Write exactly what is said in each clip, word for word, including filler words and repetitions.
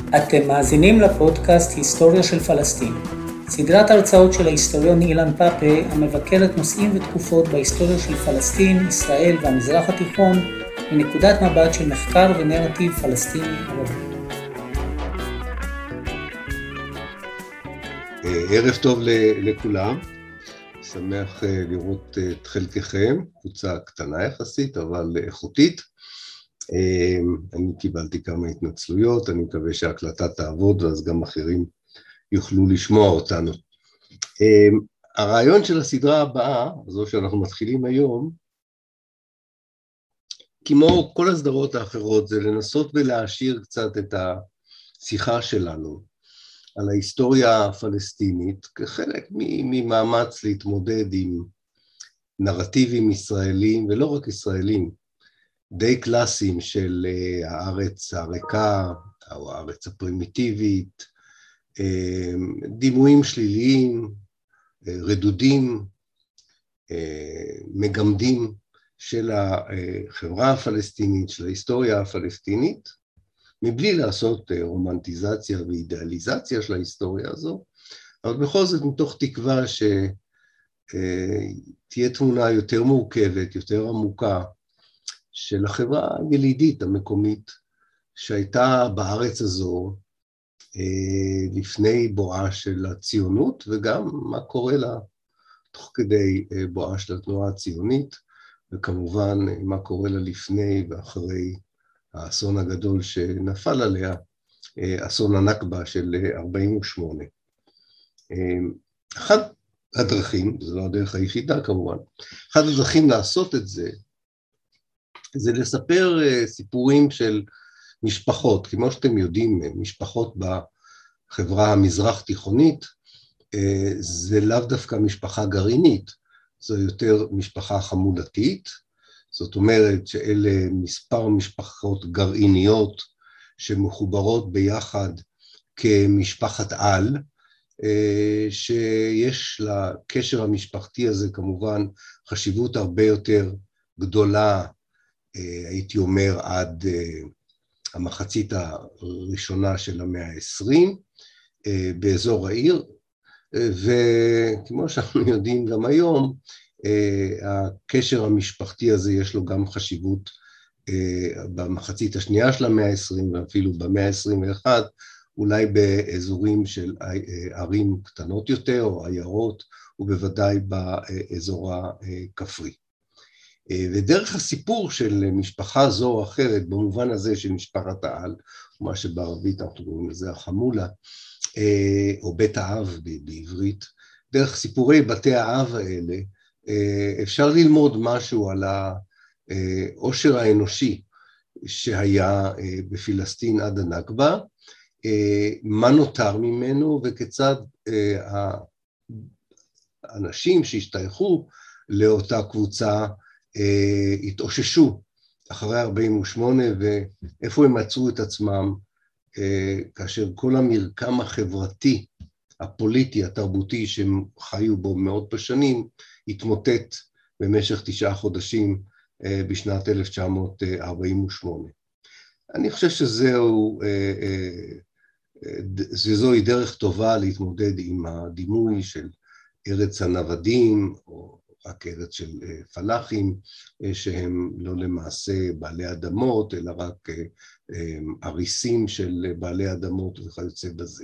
אתם מאזינים לפודקאסט היסטוריה של פלסטין, סדרת הרצאות של ההיסטוריון אילן פאפה המבקרת נושאים ותקופות בהיסטוריה של פלסטין, ישראל והמזרח התיכון מנקודת מבט של מחקר ונרטיב פלסטיני ערבי. ערב טוב לכולם, שמח לראות את חלקכם, קבוצה קטנה יחסית אבל איכותית. אני קיבלתי כמה התנצלויות, אני מקווה שההקלטה תעבוד ואז גם אחרים יוכלו לשמוע אותנו. הרעיון של הסדרה הבאה, זו שאנחנו מתחילים היום, כמו כל הסדרות האחרות, זה לנסות ולהעשיר קצת את השיחה שלנו על ההיסטוריה הפלסטינית, כחלק ממאמץ להתמודד עם נרטיבים ישראלים, ולא רק ישראלים, די קלאסיים של הארץ הריקה, או הארץ הפרימיטיבית, דימויים שליליים, רדודים, מגמדים של החברה הפלסטינית, של ההיסטוריה הפלסטינית, מבלי לעשות רומנטיזציה ואידאליזציה של ההיסטוריה הזו, אבל בכל זאת מתוך תקווה שתהיה תמונה יותר מורכבת, יותר עמוקה, של החברה הילידית המקומית שהייתה בארץ הזו לפני בואה של הציונות, וגם מה קורה לה תוך כדי בואה של התנועה הציונית, וכמובן מה קורה לה לפני ואחרי האסון הגדול שנפל עליה, אסון הנכבה של ארבעים ושמונה. אחת הדרכים, זו לא הדרך היחידה כמובן, אחת הדרכים לעשות את זה, זה לספר סיפורים של משפחות, כמו שאתם יודעים, משפחות בחברה המזרח תיכונית, זה לאו דווקא משפחה גרעינית, זו יותר משפחה חמולתית, זאת אומרת שאלה מספר משפחות גרעיניות שמחוברות ביחד כמשפחת על, שיש לקשר המשפחתי הזה כמובן חשיבות הרבה יותר גדולה, הייתי אומר עד המחצית הראשונה של המאה העשרים באזור העיר, וכמו שאנחנו יודעים גם היום, הקשר המשפחתי הזה יש לו גם חשיבות במחצית השנייה של המאה העשרים ואפילו במאה העשרים ואחת, אולי באזורים של ערים קטנות יותר או עיירות, ובוודאי באזור הכפרי. ודרך הסיפור של משפחה זו או אחרת, במובן הזה של משפחת העל, מה שבערבית אנחנו קוראים לזה החמולה, או בית האב בעברית, דרך סיפורי בתי האב האלה, אפשר ללמוד משהו על העושר האנושי שהיה בפלסטין עד הנכבה, מה נותר ממנו וכיצד האנשים שהשתייכו לאותה קבוצה התאוששו אחרי ארבעים ושמונה, ואיפה הם מצאו את עצמם כאשר כל המרקם החברתי, הפוליטי, התרבותי שהם חיו בו מאות בשנים, התמוטט במשך תשעה חודשים בשנת אלף תשע מאות ארבעים ושמונה. אני חושב שזהו, זוהי דרך טובה להתמודד עם הדימוי של ארץ הנוודים, או רק ארץ של פלאחים, שהם לא למעשה בעלי אדמות, אלא רק אריסים של בעלי אדמות וכיוצא בזה.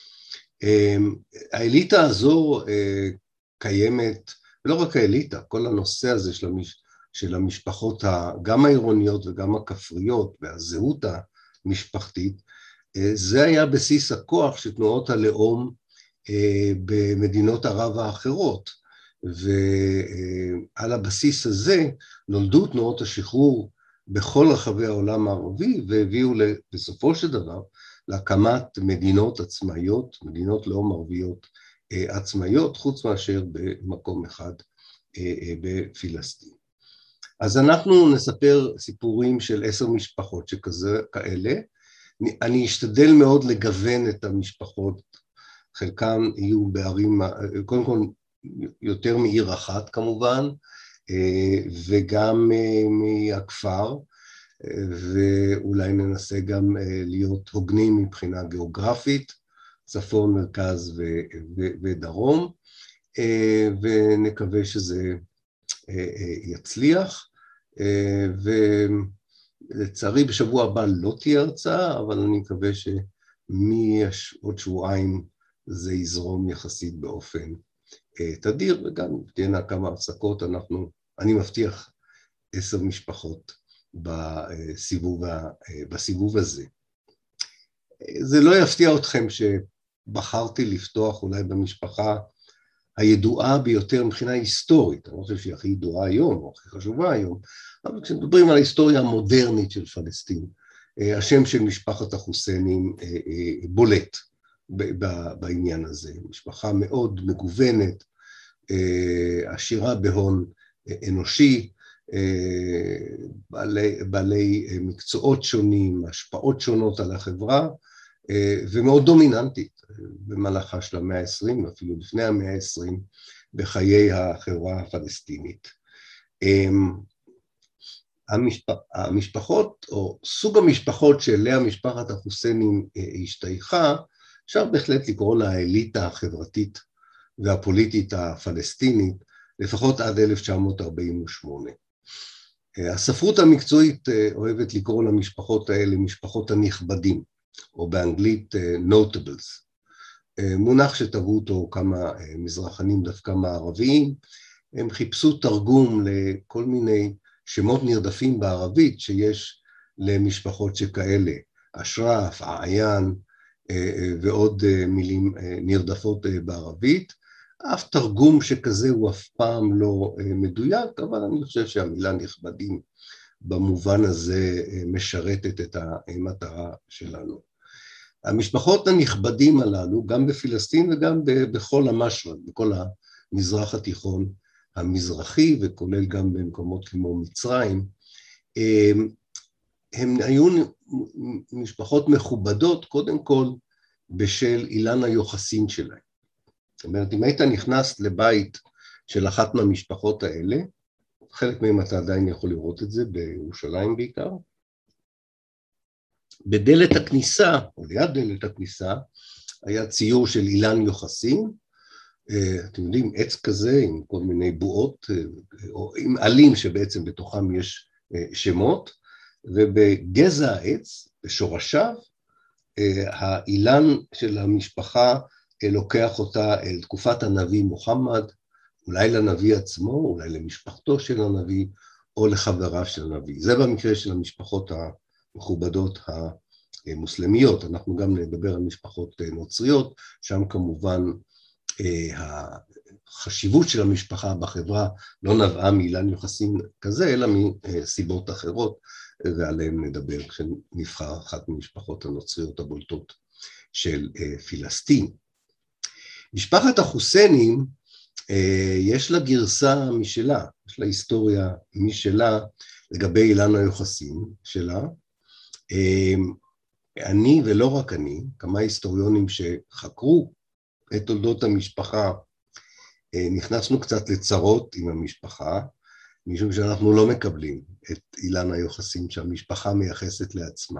האליטה הזו קיימת, לא רק האליטה, כל הנושא הזה של, המש, של המשפחות, גם העירוניות וגם הכפריות, והזהות המשפחתית, זה היה בסיס הכוח של תנועות הלאום במדינות ערב האחרות. ועל הבסיס הזה נולדו תנועות השחרור בכל רחבי העולם הערבי, והביאו בסופו של דבר להקמת מדינות עצמאיות, מדינות לאום ערביות עצמאיות, חוץ מאשר במקום אחד בפלסטין. אז אנחנו נספר סיפורים של עשר משפחות שכאלה, אני אשתדל מאוד לגוון את המשפחות, חלקם יהיו בערים, קודם כל, יותר מעיר אחת כמובן, וגם מהכפר, ואולי ננסה גם להיות הוגנים מבחינה גיאוגרפית, צפון, מרכז ודרום, ונקווה שזה יצליח, ולצערי בשבוע הבא לא תהיה הרצאה, אבל אני מקווה שמעוד שבועיים זה יזרום יחסית באופן תדיר, וגם תהיינה כמה הפסקות, אנחנו, אני מבטיח עשר משפחות בסיבוב, בסיבוב הזה. זה לא יפתיע אתכם שבחרתי לפתוח אולי במשפחה הידועה ביותר מבחינה היסטורית, אני לא חושב שהיא הכי ידועה היום, או הכי חשובה היום, אבל כשמדברים על ההיסטוריה המודרנית של פלסטין, השם של משפחת החוסיינים בולט בעניין הזה, משפחה מאוד מגוונת, עשירה בהון אנושי, בעלי, בעלי מקצועות שונים, השפעות שונות על החברה, ומאוד דומיננטית במהלכה של המאה ה-עשרים, אפילו לפני המאה ה-עשרים, בחיי החברה הפלסטינית. המשפח, המשפחות, או סוג המשפחות שאליה משפחת החוסיינים השתייכה, אפשר בהחלט לקרוא לה האליטה החברתית והפוליטית הפלסטינית, לפחות עד אלף תשע מאות ארבעים ושמונה. הספרות המקצועית אוהבת לקרוא למשפחות האלה משפחות הנכבדים, או באנגלית notables, מונח שטבעו אותו כמה מזרחנים דווקא מערביים, הם חיפשו תרגום לכל מיני שמות נרדפים בערבית שיש למשפחות שכאלה, אשרף, עיין ועוד מילים נרדפות בערבית, אף תרגום שכזה הוא אף פעם לא מדויק, אבל אני חושב שהמילה נכבדים במובן הזה משרתת את המטרה שלנו. המשפחות הנכבדים הללו, גם בפלסטין וגם בכל המשרק, בכל המזרח התיכון המזרחי, וכולל גם במקומות כמו מצרים, הם היו משפחות מכובדות, קודם כל בשל אילן היוחסין שלהם. זאת אומרת, אם היית נכנס לבית של אחת מהמשפחות האלה, חלק מהם אתה עדיין יכול לראות את זה, בירושלים בעיקר, בדלת הכניסה, או ליד דלת הכניסה, היה ציור של אילן יוחסין, אתם יודעים, עץ כזה עם כל מיני בועות, או עם עלים שבעצם בתוכם יש שמות, ובגזע העץ, בשורשיו, האילן של המשפחה לוקח אותה אל תקופת הנביא מוחמד, אולי לנביא עצמו, אולי למשפחתו של הנביא, או לחבריו של הנביא. זה במקרה של המשפחות המכובדות המוסלמיות. אנחנו גם נדבר על משפחות נוצריות, שם כמובן החשיבות של המשפחה בחברה לא נבעה מאילן יוחסין כזה, אלא מסיבות אחרות, ועליהן נדבר כשנבחר אחת ממשפחות הנוצריות הבולטות של פלסטין. משפחת החוסיינים, יש לה גרסה משלה, יש לה היסטוריה משלה לגבי אילן היוחסין שלה. אני ולא רק אני, כמה היסטוריונים שחקרו את תולדות המשפחה, נכנסנו קצת לצרות עם המשפחה, משום שאנחנו לא מקבלים את אילן היוחסין שהמשפחה מייחסת לעצמה.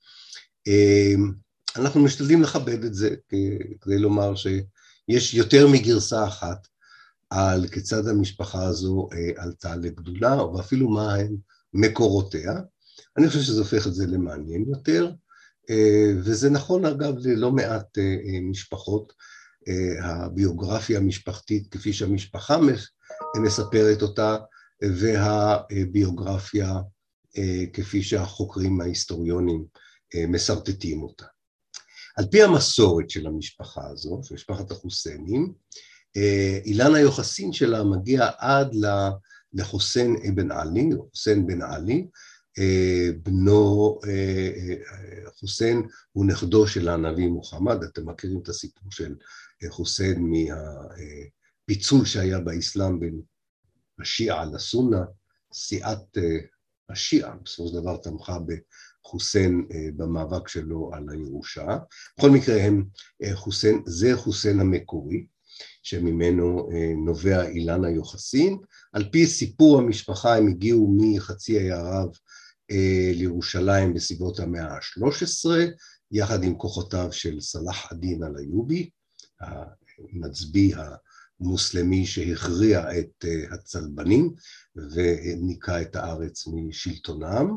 אנחנו משתדלים לכבד את זה, כדי לומר שיש יותר מגרסה אחת על כיצד המשפחה הזו עלתה לגדולה, ואפילו מה הם מקורותיה. אני חושב שזה הופך את זה למעניין יותר, וזה נכון אגב ללא מעט משפחות, הביוגרפיה המשפחתית כפי שהמשפחה מספרת אותה, והביוגרפיה כפי שהחוקרים ההיסטוריונים מסרטטים אותה. על פי המסורת של המשפחה הזו, של משפחת החוסיינים, אילן היוחסין שלה מגיע עד לחוסיין אבן עלי, חוסיין בן עלי, בנו חוסיין הוא נכדו של הנביא מוחמד, אתם מכירים את הסיפור של חוסיין מהפיצול שהיה באסלאם בין השיעה לסונה, סיעת השיעה בסופו של דבר תמכה בחוסיין במאבק שלו על הירושה. בכל מקרה הם חוסיין, זה חוסיין המקורי, שממנו נובע אילן היוחסין. על פי סיפור המשפחה הם הגיעו מחצי האי ערב לירושלים בסביבות המאה ה-שלוש עשרה, יחד עם כוחותיו של סלאח א-דין אל-איובי, המצביא המוסלמי שהכריע את הצלבנים וניקה את הארץ משלטונם,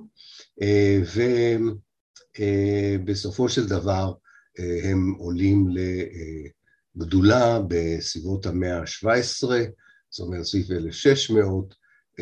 ובסופו של דבר הם עולים לגדולה בסביבות המאה ה-שבע עשרה, זאת אומרת סביב אלף ושש מאות,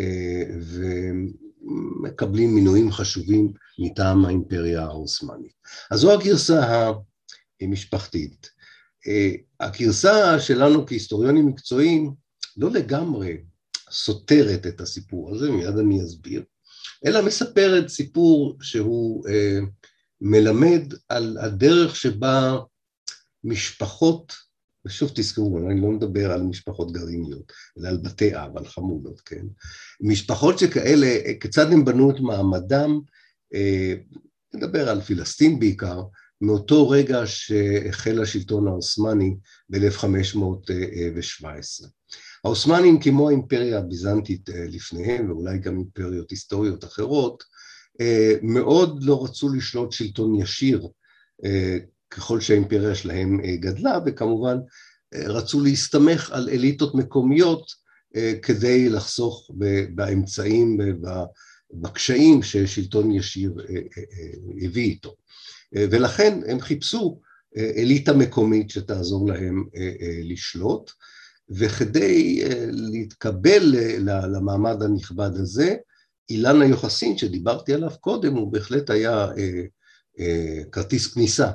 ומקבלים מינויים חשובים מטעם האימפריה העות'מאנית. אז זו הגרסה המשפחתית. הגרסה שלנו כהיסטוריונים מקצועיים לא לגמרי סותרת את הסיפור הזה, מיד אני אסביר, אלא מספרת סיפור שהוא אה, מלמד על הדרך שבה משפחות, ושוב תזכרו, אני לא מדבר על משפחות גרעיניות, אלא על בתי אב, על חמולות, כן? משפחות שכאלה, כיצד הם בנו את מעמדם, אה, נדבר על פלסטין בעיקר, מאותו רגע שהחל השלטון העות'מאני ב-אלף חמש מאות שבע עשרה. העות'מאנים כמו האימפריה הביזנטית לפניהם, ואולי גם אימפריות היסטוריות אחרות, מאוד לא רצו לשלוט שלטון ישיר ככל שהאימפריה שלהם גדלה, וכמובן רצו להסתמך על אליטות מקומיות כדי לחסוך באמצעים ובקשיים ששלטון ישיר הביא איתו. ולכן הם חיפשו אליטה מקומית שתעזור להם לשלוט, וכדי להתקבל למעמד הנכבד הזה, אילן היוחסין שדיברתי עליו קודם, הוא בהחלט היה כרטיס כניסה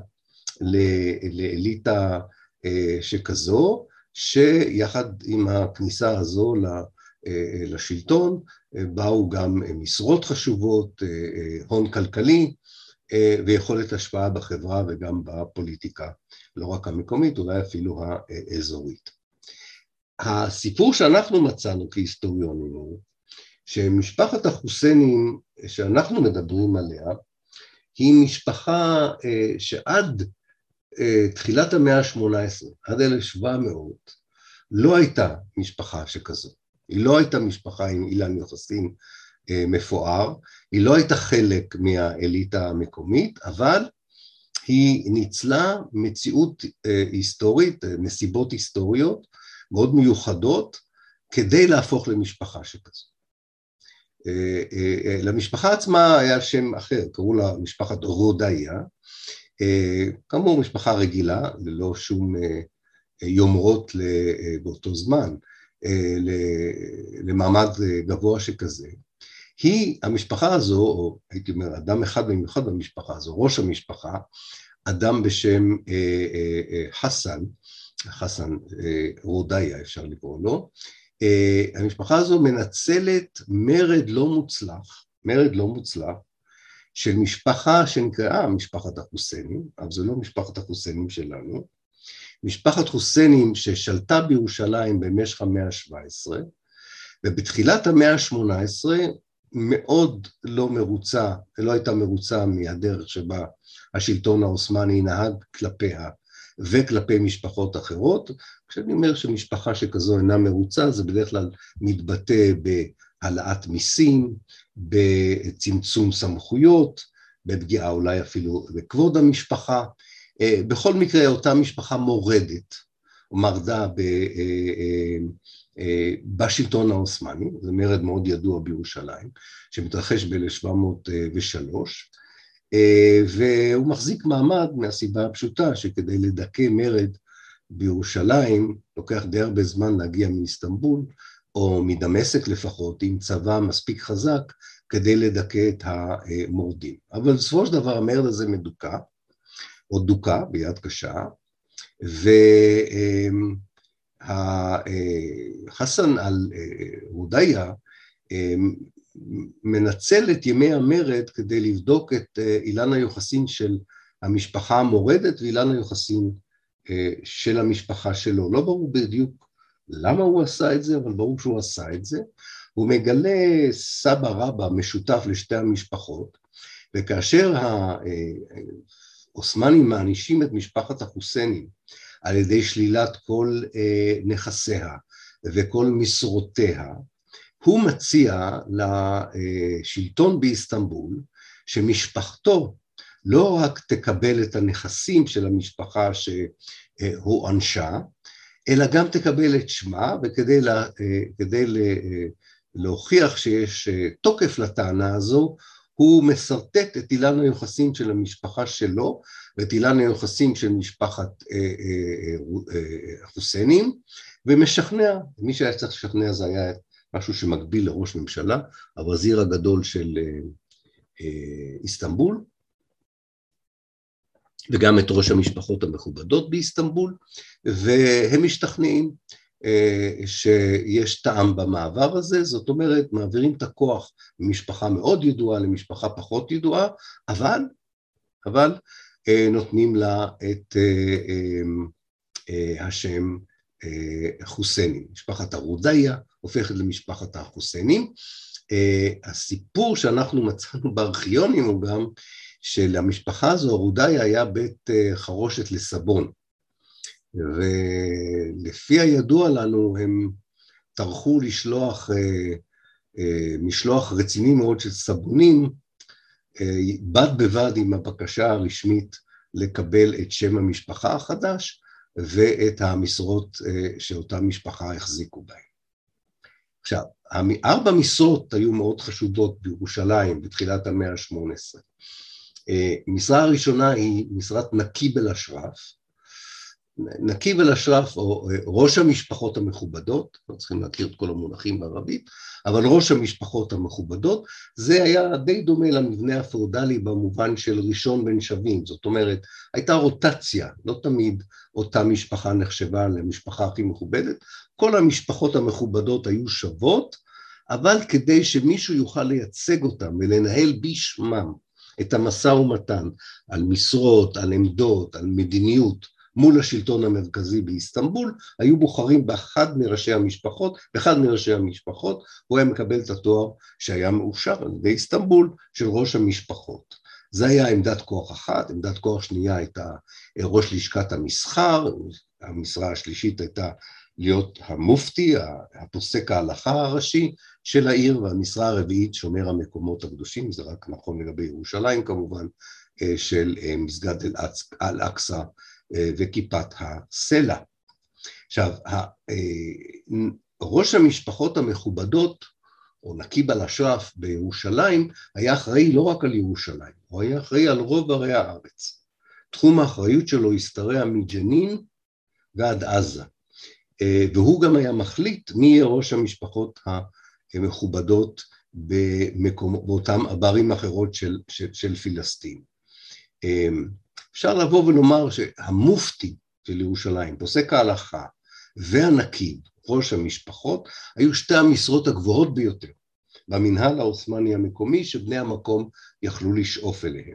לאליטה שכזו, שיחד עם הכניסה הזו לשלטון, באו גם משרות חשובות, הון כלכלי, ויכולת השפעה בחברה וגם בפוליטיקה, לא רק המקומית, אולי אפילו האזורית. הסיפור שאנחנו מצאנו כהיסטוריונים הוא, שמשפחת החוסיינים שאנחנו מדברים עליה, היא משפחה שעד תחילת המאה ה-שמונה עשרה, עד אלף ושבע מאות, לא הייתה משפחה שכזו. היא לא הייתה משפחה עם אילן יוחסין מפואר, היא לא הייתה חלק מהאליטה המקומית, אבל היא ניצלה מציאות היסטורית, נסיבות היסטוריות מאוד מיוחדות, כדי להפוך למשפחה שכזו. למשפחה עצמה היה שם אחר, קראו לה משפחת רודאיה, כאמור משפחה רגילה, ללא שום יומרות באותו זמן, למעמד גבוה שכזה. היא, המשפחה הזו, או הייתי אומר, אדם אחד במיוחד במשפחה הזו, ראש המשפחה, אדם בשם חסן, חסן רודאיה אפשר לקרוא לו, המשפחה הזו מנצלת מרד לא מוצלח, מרד לא מוצלח, של משפחה שנקראה משפחת החוסיינים, אבל זו לא משפחת החוסיינים שלנו, משפחת חוסיינים ששלטה בירושלים במשך המאה ה-שבע עשרה, ובתחילת המאה ה-שמונה עשרה מאוד לא מרוצה, לא הייתה מרוצה מהדרך שבה השלטון העות'מאני נהג כלפיה וכלפי משפחות אחרות. כשאני אומר שמשפחה שכזו אינה מרוצה, זה בדרך כלל מתבטא בהעלאת מיסים, בצמצום סמכויות, בפגיעה אולי אפילו בכבוד המשפחה. בכל מקרה אותה משפחה מורדת, או מרדה ב... בשלטון העות'מאני, זה מרד מאוד ידוע בירושלים, שמתרחש ב-אלף שבע מאות ושלוש, והוא מחזיק מעמד מהסיבה הפשוטה שכדי לדכא מרד בירושלים, לוקח די הרבה זמן להגיע מאיסטנבול, או מדמשק לפחות, עם צבא מספיק חזק, כדי לדכא את המורדים. אבל בסופו של דבר המרד הזה מדוכא, או דוכא ביד קשה, ו... חסן אל-רודאיה מנצל את ימי המרד כדי לבדוק את אילן היוחסין של המשפחה המורדת ואילן היוחסין של המשפחה שלו. לא ברור בדיוק למה הוא עשה את זה, אבל ברור שהוא עשה את זה. הוא מגלה סבא רבא משותף לשתי המשפחות, וכאשר העות'מאנים מענישים את משפחת החוסיינים על ידי שלילת כל נכסיה וכל משרותיה, הוא מציע לשלטון באיסטנבול, שמשפחתו לא רק תקבל את הנכסים של המשפחה שהוא ענשה, אלא גם תקבל את שמה, וכדי לה, כדי להוכיח שיש תוקף לטענה הזו, הוא מסרטט את אילן היוחסין של המשפחה שלו, ואת אילן היוחסין של משפחת חוסיינים, ומשכנע, מי שהיה צריך לשכנע זה היה משהו שמקביל לראש ממשלה, הווזיר הגדול של איסטנבול, וגם את ראש המשפחות המכובדות באיסטנבול, והם משתכנעים שיש טעם במעבר הזה, זאת אומרת, מעבירים את הכוח ממשפחה מאוד ידועה למשפחה פחות ידועה, אבל, אבל נותנים לה את השם חוסיינים. משפחת הרודאיה הופכת למשפחת החוסיינים. הסיפור שאנחנו מצאנו בארכיונים הוא גם שלמשפחה הזו, הרודאיה, היה בית חרושת לסבון. ולפי הידוע לנו, הם טרחו לשלוח משלוח רציני מאוד של סבונים, בד בבד עם הבקשה הרשמית לקבל את שם המשפחה החדש, ואת המשרות שאותה משפחה החזיקו בהן. עכשיו, ארבע משרות היו מאוד חשודות בירושלים בתחילת המאה ה-שמונה עשרה. משרה הראשונה היא משרת נקיב אל אשרף. נקיב אל אשרף, או ראש המשפחות המכובדות, לא צריכים להכיר את כל המונחים בערבית, אבל ראש המשפחות המכובדות, זה היה די דומה למבנה הפאודלי במובן של ראשון בין שווים, זאת אומרת, הייתה רוטציה, לא תמיד אותה משפחה נחשבה למשפחה הכי מכובדת, כל המשפחות המכובדות היו שוות, אבל כדי שמישהו יוכל לייצג אותם ולנהל בשמם את המשא ומתן על משרות, על עמדות, על מדיניות, מול השלטון המרכזי באיסטנבול, היו בוחרים באחד מראשי המשפחות, באחד מראשי המשפחות, הוא היה מקבל את התואר שהיה מאושר על ידי איסטנבול של ראש המשפחות. זה היה עמדת כוח אחת, עמדת כוח שנייה הייתה ראש לשכת המסחר, המשרה השלישית הייתה להיות המופתי, הפוסק ההלכה הראשי של העיר, והמשרה הרביעית שומר המקומות הקדושים, זה רק נכון לגבי ירושלים כמובן, של מסגד אל-אקצא, וכיפת הסלע. עכשיו, ראש המשפחות המכובדות, או נקיב אל אשרף בירושלים, היה אחראי לא רק על ירושלים, הוא היה אחראי על רוב ערי הארץ. תחום האחריות שלו השתרע מג'נין ועד עזה, והוא גם היה מחליט מי יהיה ראש המשפחות המכובדות במקום, באותם ערים אחרות של, של, של פילסטין. אפשר לבוא ולומר שהמופתי של ירושלים, פוסק ההלכה והנקיב, ראש המשפחות, היו שתי המשרות הגבוהות ביותר במנהל העות'מאני המקומי, שבני המקום יכלו לשאוף אליהם.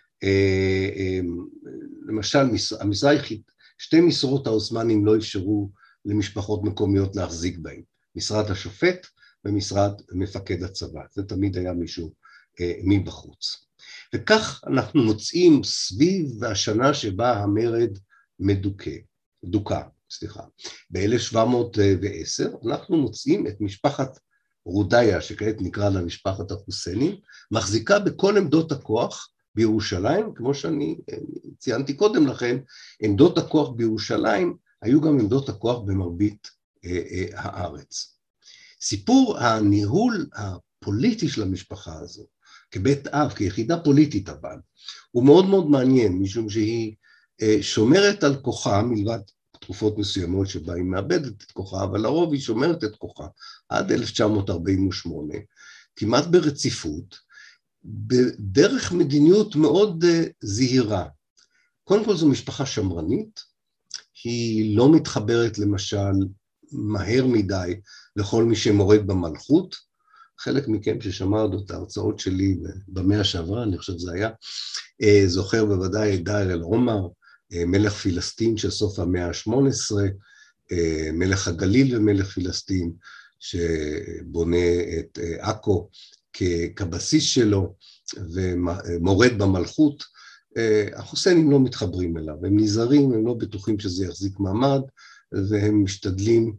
למשל, המשרה היחיד, שתי משרות העות'מאנים לא אפשרו למשפחות מקומיות להחזיק בהן, משרת השופט ומשרת מפקד הצבא, זה תמיד היה מישהו מבחוץ. וכך אנחנו מוצאים סביב השנה שבה המרד מדוכא, דוכא, סליחה. ב-אלף שבע מאות ועשר אנחנו מוצאים את משפחת רודאיה, שכעת נקרא לה משפחת החוסיינים, מחזיקה בכל עמדות הכוח בירושלים, כמו שאני ציינתי קודם לכן, עמדות הכוח בירושלים היו גם עמדות הכוח במרבית הארץ. סיפור הניהול הפוליטי של המשפחה הזו, כבית אב, כיחידה פוליטית אבל, הוא מאוד מאוד מעניין, משום שהיא שומרת על כוחה, מלבד תקופות מסוימות שבה היא מאבדת את כוחה, אבל לרוב היא שומרת את כוחה, עד אלף תשע מאות ארבעים ושמונה, כמעט ברציפות, בדרך מדיניות מאוד זהירה. קודם כל זו משפחה שמרנית, היא לא מתחברת למשל מהר מדי לכל מי שמורד במלכות, חלק מכם ששמע את ההרצאות שלי במאה שעברה, אני חושב שזה היה, זוכר בוודאי את דאר אל עומר, מלך פילסטין של סוף המאה ה-שמונה עשרה, מלך הגליל ומלך פילסטין, שבונה את עכו כבסיס שלו, ומורד במלכות. החוסיינים לא מתחברים אליו, הם נזהרים, הם לא בטוחים שזה יחזיק מעמד, והם משתדלים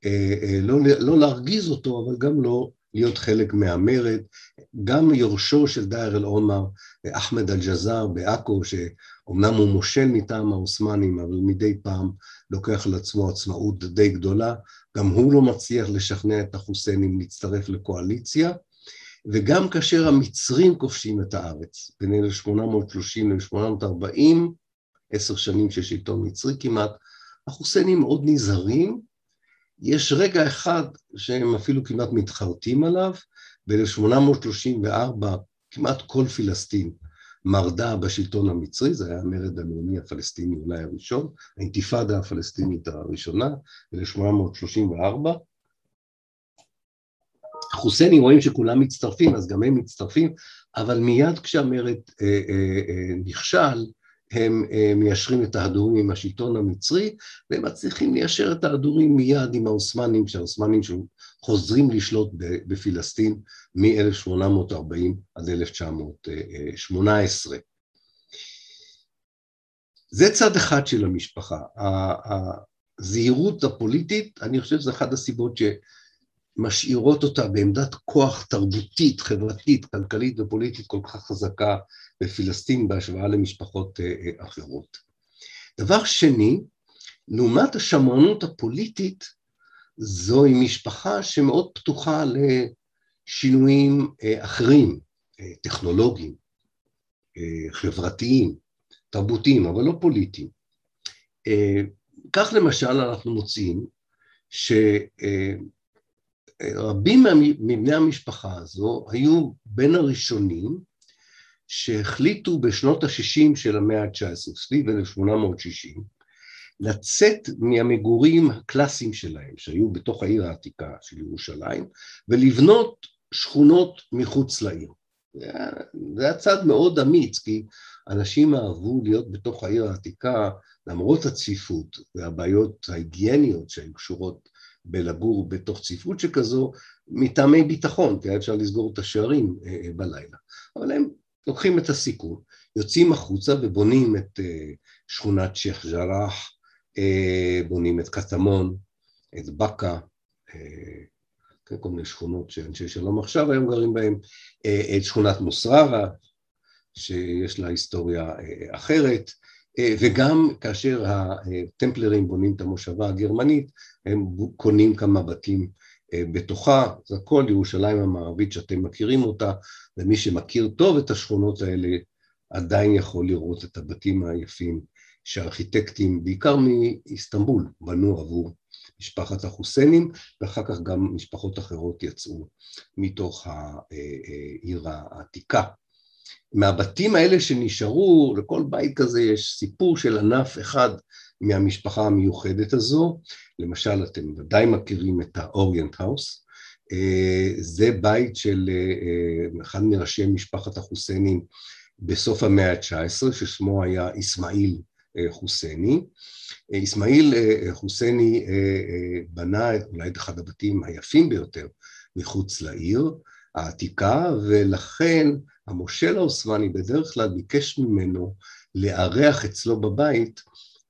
לא, לא להרגיז אותו, אבל גם לא להיות חלק מהמרד. גם יורשו של דאר אל עומר, אחמד אל-ג'זאר בעכו, שאומנם הוא מושל מטעם העות'מאנים, אבל מדי פעם לוקח על עצמו עצמאות די גדולה, גם הוא לא מצליח לשכנע את החוסיינים להצטרף לקואליציה, וגם כאשר המצרים כובשים את הארץ, בין אלף שמונה מאות שלושים ל-אלף שמונה מאות ארבעים, עשר שנים של שלטון מצרי כמעט, החוסיינים מאוד נזהרים. יש רגע אחד שהם אפילו כמעט מתחרטים עליו, ב-אלף שמונה מאות שלושים וארבע כמעט כל פלסטין מרדה בשלטון המצרי, זה היה המרד הלאומי הפלסטיני אולי הראשון, האינתיפאדה הפלסטינית הראשונה, ב-אלף שמונה מאות שלושים וארבע. החוסיינים רואים שכולם מצטרפים, אז גם הם מצטרפים, אבל מיד כשהמרד אה, אה, אה, נכשל, הם אה, מיישרים את ההדורים עם השלטון המצרי, והם מצליחים ליישר את ההדורים מיד עם העות'מאנים, שהעות'מאנים שחוזרים לשלוט בפלסטין מ-אלף שמונה מאות ארבעים עד אלף תשע מאות שמונה עשרה. זה צד אחד של המשפחה. הזהירות הפוליטית, אני חושב שזה אחת הסיבות שמשאירות אותה בעמדת כוח תרבותית, חברתית, כלכלית ופוליטית כל כך חזקה בפלסטין בהשוואה למשפחות אחרות. דבר שני, לעומת השמרנות הפוליטית, זוהי משפחה שמאוד פתוחה לשינויים אחרים, טכנולוגיים, חברתיים, תרבותיים, אבל לא פוליטיים. כך למשל אנחנו מוצאים שרבים מבני המשפחה הזו היו בין הראשונים שהחליטו בשנות ה-שישים של המאה ה-תשע עשרה, סביב אלף שמונה מאות שישים, לצאת מהמגורים הקלאסיים שלהם, שהיו בתוך העיר העתיקה של ירושלים, ולבנות שכונות מחוץ לעיר. זה היה צעד מאוד אמיץ, כי אנשים אהבו להיות בתוך העיר העתיקה, למרות הצפיפות והבעיות ההיגייניות שהיו קשורות בלגור בתוך צפיפות שכזו, מטעמי ביטחון, כי היה אפשר לסגור את השערים בלילה. אבל הם לוקחים את הסיכון, יוצאים החוצה ובונים את שכונת שייח' ג'ראח, בונים את קטמון, את בקה, כל מיני שכונות שאנשי שלום עכשיו היום גרים בהם, את שכונת מוסררה, שיש לה היסטוריה אחרת, וגם כאשר הטמפלרים בונים את המושבה הגרמנית, הם קונים כמה בתים בתוכה, זה הכל ירושלים המערבית שאתם מכירים אותה, ומי שמכיר טוב את השכונות האלה, עדיין יכול לראות את הבתים היפים שהארכיטקטים, בעיקר מאיסטנבול, בנו עבור משפחת החוסיינים, ואחר כך גם משפחות אחרות יצאו מתוך העיר העתיקה. מהבתים האלה שנשארו, לכל בית כזה יש סיפור של ענף אחד מהמשפחה המיוחדת הזו, למשל אתם ודאי מכירים את האוריינט האוס, זה בית של אחד מראשי משפחת החוסיינים בסוף המאה ה-תשע עשרה, ששמו היה אסמאעיל חוסייני. אסמאעיל חוסייני בנה אולי את אחד הבתים היפים ביותר מחוץ לעיר העתיקה, ולכן המושל העות'מאני בדרך כלל ביקש ממנו לארח אצלו בבית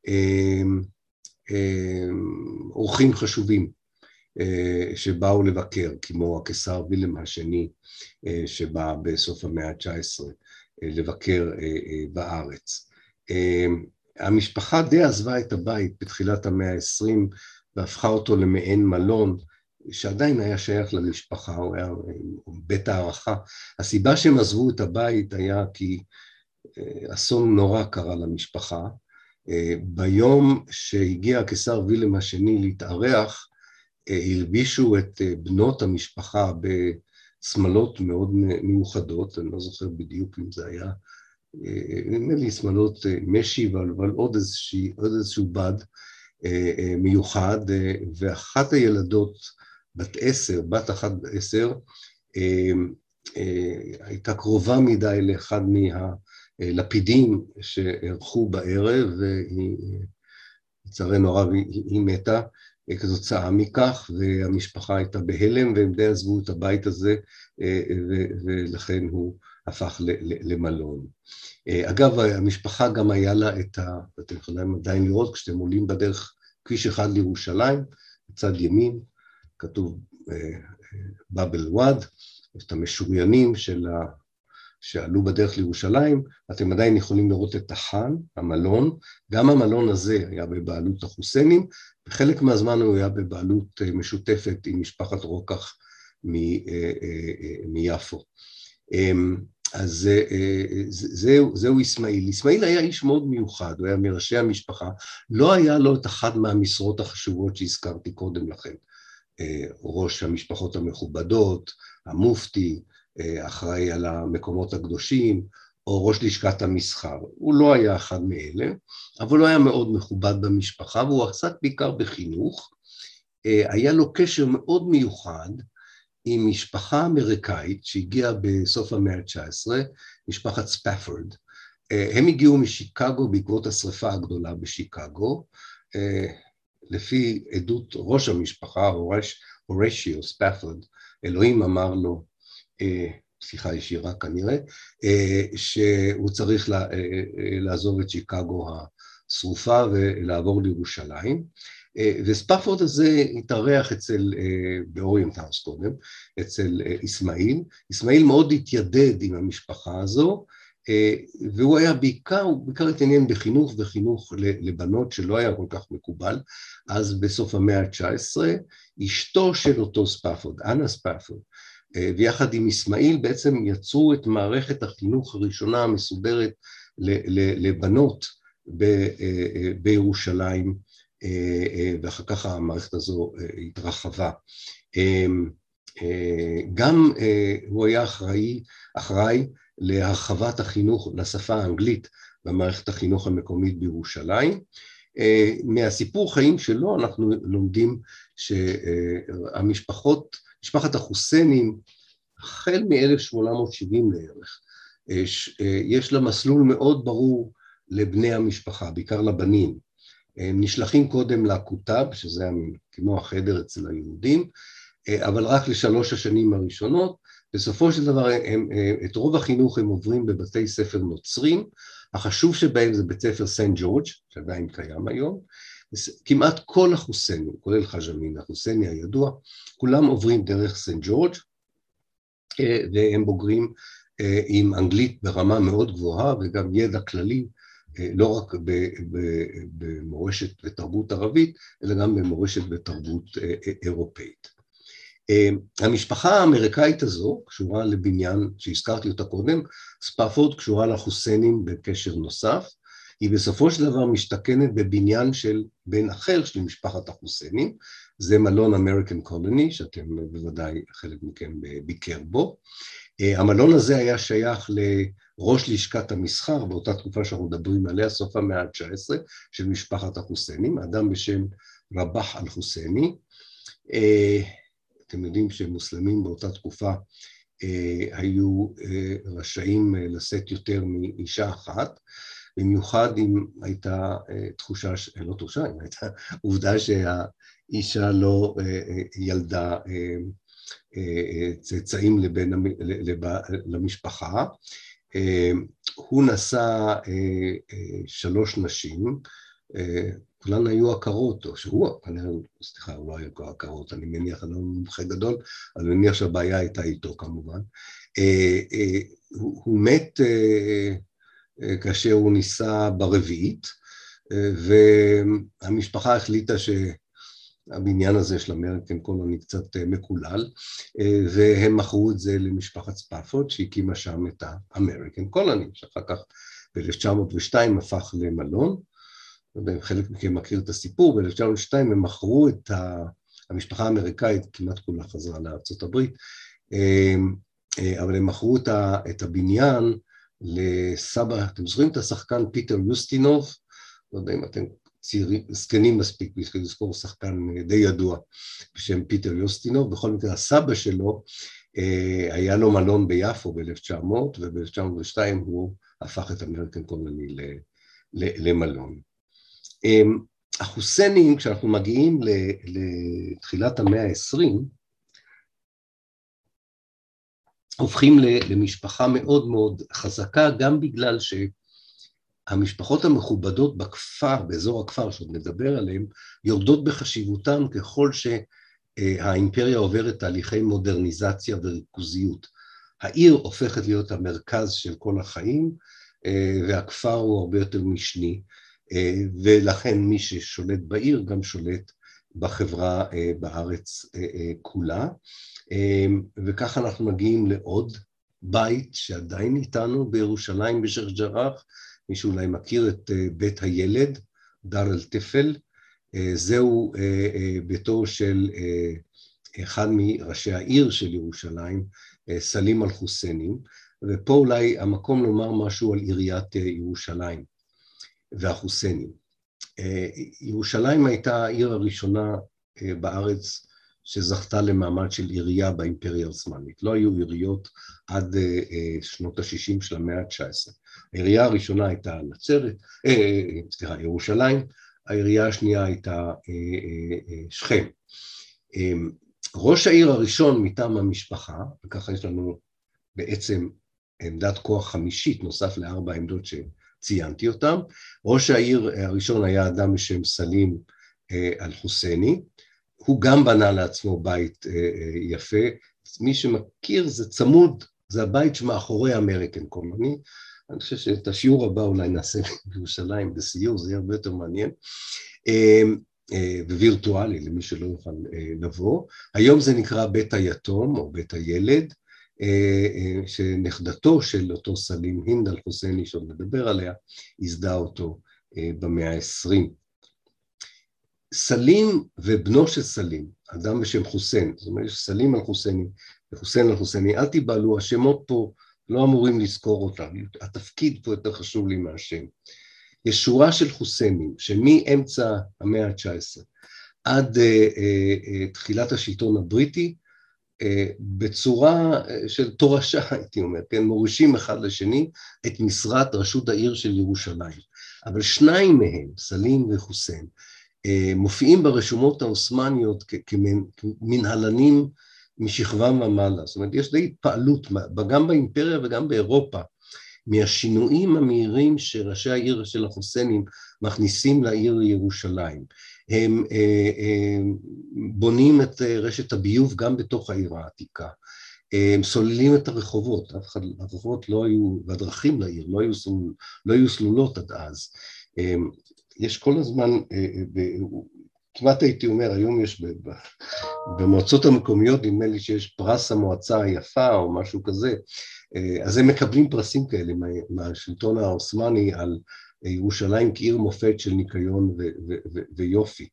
אורחים חשובים שבאו לבקר, כמו הקיסר וילהלם השני שבא בסוף המאה ה-תשע עשרה לבקר בארץ. המשפחה די עזבה את הבית בתחילת המאה ה-עשרים והפכה אותו למעין מלון, שעדיין היה שייך למשפחה, הוא היה בית הערכה. הסיבה שהם עזבו את הבית היה כי אסון נורא קרה למשפחה. ביום שהגיע הקיסר וילהלם השני להתארח, הלבישו את בנות המשפחה בסמלות מאוד מיוחדות, אני לא זוכר בדיוק אם זה היה, נדמה לי סמלות משי, אבל עוד איזושהי, עוד איזשהו בד מיוחד, ואחת הילדות, בת עשר, בת אחת עשר, הייתה קרובה מדי לאחד מהלפידים שערכו בערב, והיא, לצערנו הרב, היא מתה כתוצאה מכך, והמשפחה הייתה בהלם, והם די עזבו את הבית הזה, ולכן הוא הפך למלון. אגב, המשפחה גם היה לה את ה... אתם יכולים עדיין לראות, כשאתם עולים בדרך כביש אחד לירושלים, בצד ימין כתוב באב אל-ואד, את המשוריינים של ה... שעלו בדרך לירושלים, אתם עדיין יכולים לראות את החאן, המלון, גם המלון הזה היה בבעלות החוסיינים, וחלק מהזמן הוא היה בבעלות משותפת עם משפחת רוקח מיפו. אז זהו, זהו אסמאעיל. אסמאעיל היה איש מאוד מיוחד, הוא היה מראשי המשפחה, לא היה לו את אחת מהמשרות החשובות שהזכרתי קודם לכן, ראש המשפחות המכובדות, המופתי, אחראי על המקומות הקדושים, או ראש לשכת המסחר. הוא לא היה אחד מאלה, אבל הוא היה מאוד מכובד במשפחה, והוא עסק בעיקר בחינוך. היה לו קשר מאוד מיוחד עם משפחה אמריקאית שהגיעה בסוף המאה ה-תשע עשרה, משפחת ספפורד. הם הגיעו משיקגו בעקבות השריפה הגדולה בשיקגו, לפי עדות ראש המשפחה, הורשיו ספפורד, אלוהים אמר לו, שיחה ישירה כנראה, שהוא צריך לעזוב את שיקגו השרופה ולעבור לירושלים, וספפורד הזה התארח אצל, באוריינט-האוס קודם, אצל אסמאעיל. אסמאעיל מאוד התיידד עם המשפחה הזו, והוא היה בעיקר, הוא בעיקר התעניין בחינוך וחינוך לבנות שלא היה כל כך מקובל. אז בסוף המאה ה-תשע עשרה, אשתו של אותו ספפורד, אנה ספפורד, ויחד עם אסמאעיל בעצם יצרו את מערכת החינוך הראשונה המסודרת לבנות בירושלים, ואחר כך המערכת הזו התרחבה. גם הוא היה אחראי, אחראי להרחבת החינוך לשפה האנגלית במערכת החינוך המקומית בירושלים. מהסיפור חיים שלו אנחנו לומדים שהמשפחות, משפחת החוסיינים, החל מ-אלף שמונה מאות שבעים לערך, יש לה מסלול מאוד ברור לבני המשפחה, בעיקר לבנים. הם נשלחים קודם לכותב, שזה כמו החדר אצל היהודים, אבל רק לשלוש השנים הראשונות. בסופו של דבר, הם, את רוב החינוך הם עוברים בבתי ספר נוצרים, החשוב שבהם זה בית ספר סנט ג'ורג', שעדיין קיים היום. כמעט כל החוסיינים, כולל חאג' אמין החוסייני הידוע, כולם עוברים דרך סנט ג'ורג', והם בוגרים עם אנגלית ברמה מאוד גבוהה, וגם ידע כללי, לא רק במורשת ותרבות ערבית, אלא גם במורשת ותרבות אירופאית. המשפחה האמריקאית הזו קשורה לבניין שהזכרתי אותה קודם, ספפורד קשורה לחוסיינים בקשר נוסף, היא בסופו של דבר משתכנת בבניין של בן אחר של משפחת החוסיינים, זה מלון אמריקן קולוני, שאתם בוודאי חלק מכם ביקר בו. המלון הזה היה שייך לראש לשכת המסחר, באותה תקופה שאנחנו מדברים עליה, סוף המאה ה-תשע עשרה, של משפחת החוסיינים, אדם בשם רבח אל-חוסייני. אתם יודעים שמוסלמים באותה תקופה היו רשאים לשאת יותר מאישה אחת, במיוחד אם הייתה תחושה, לא תחושה, אם הייתה עובדה שהאישה לא ילדה צאצאים לבן, למשפחה. הוא נשא שלוש נשים, כולן היו הכרות, או שהוא, סליחה, הוא לא היה הכרות, אני מניח, אני לא מומחה גדול, אבל אני מניח שהבעיה הייתה איתו כמובן. הוא מת כאשר הוא ניסה ברביעית, והמשפחה החליטה שהבניין הזה של אמריקן קולוני קצת מקולל, והם מכרו את זה למשפחת ספפורד, שהקימה שם את האמריקן קולוני, שאחר כך ב-אלף תשע מאות ושתיים הפך למלון, חלק מכם מכיר את הסיפור, ב-אלף תשע מאות ושתיים הם מכרו את המשפחה האמריקאית, כמעט כולה חזרה לארצות הברית, אבל הם מכרו את הבניין לסבא, אתם זוכרים את השחקן פיטר יוסטינוב, לא יודע אם אתם צעירים, זקנים מספיק, בשביל לזכור שחקן די ידוע בשם פיטר יוסטינוב, בכל מקרה הסבא שלו היה לו מלון ביפו ב-אלף תשע מאות, וב-אלף תשע מאות ושתיים הוא הפך את אמריקן קולוני למלון. החוסיינים, כשאנחנו מגיעים לתחילת המאה ה-עשרים, הופכים למשפחה מאוד מאוד חזקה, גם בגלל המשפחות המכובדות בכפר, באזור הכפר שעוד נדבר עליהם, יורדות בחשיבותן ככל שהאימפריה עוברת תהליכי מודרניזציה וריכוזיות. העיר הופכת להיות המרכז של כל החיים, והכפר הוא הרבה יותר משני, ולכן מי ששולט בעיר גם שולט בחברה בארץ כולה. וכך אנחנו מגיעים לעוד בית שעדיין איתנו בירושלים בשייח' ג'ראח, מי שאולי מכיר את בית הילד, דאר אל-טפל, זהו ביתו של אחד מראשי העיר של ירושלים, סלים אל-חוסיינים, ופה אולי המקום לומר משהו על עיריית ירושלים והחוסיינים. ירושלים הייתה העיר הראשונה בארץ שזכתה למעמד של עירייה באימפריה העות'מאנית. לא היו עיריות עד שנות ה-שישים של המאה ה-תשע עשרה. העירייה הראשונה הייתה נצרת, סליחה, ירושלים, העירייה השנייה הייתה שכם. ראש העיר הראשון מטעם המשפחה, וככה יש לנו בעצם עמדת כוח חמישית, נוסף לארבע עמדות שציינתי אותן. ראש העיר הראשון היה אדם בשם סלים אל-חוסייני, הוא גם בנה לעצמו בית יפה, מי שמכיר זה צמוד, זה הבית שמאחורי האמריקן קולוני, אני חושב שאת השיעור הבא אולי נעשה בירושלים בסיור, זה יהיה הרבה יותר מעניין, ווירטואלי למי שלא יוכל לבוא. היום זה נקרא בית היתום או בית הילד, שנכדתו של אותו סלים, הינד אל-חוסייני שעוד מדבר עליה, ייסדה אותו במאה ה-עשרים. סלים ובנו של סלים, אדם בשם חוסיין, זאת אומרת סלים אל-חוסייני וחוסיין אל-חוסייני, אל תיבהלו, השמות פה לא אמורים לזכור אותם, התפקיד פה יותר חשוב לי מהשם. יש שורה של חוסיינים שמאמצע המאה ה-תשע עשרה עד uh, uh, תחילת השלטון הבריטי, uh, בצורה של תורשה, הייתי אומר, כן, מורישים אחד לשני את משרת ראשות העיר של ירושלים. אבל שניים מהם, סלים וחוסיין, uh, מופיעים ברשומות העות'מאניות כמנהלנים משכבה ומעלה. זאת אומרת, יש די התפעלות, גם באימפריה וגם באירופה, מהשינויים המהירים שראשי העיר של החוסיינים מכניסים לעיר ירושלים. הם אה, אה, בונים את רשת הביוב גם בתוך העיר העתיקה. הם סוללים את הרחובות, אף אחד, הרחובות לא היו, והדרכים לעיר לא היו, סלול, לא היו סלולות עד אז. אה, יש כל הזמן, אה, אה, כמעט הייתי אומר, היום יש במועצות המקומיות, נדמה לי שיש פרס המועצה היפה או משהו כזה, אז הם מקבלים פרסים כאלה מהשלטון העות'מאני על ירושלים כעיר מופת של ניקיון ויופי.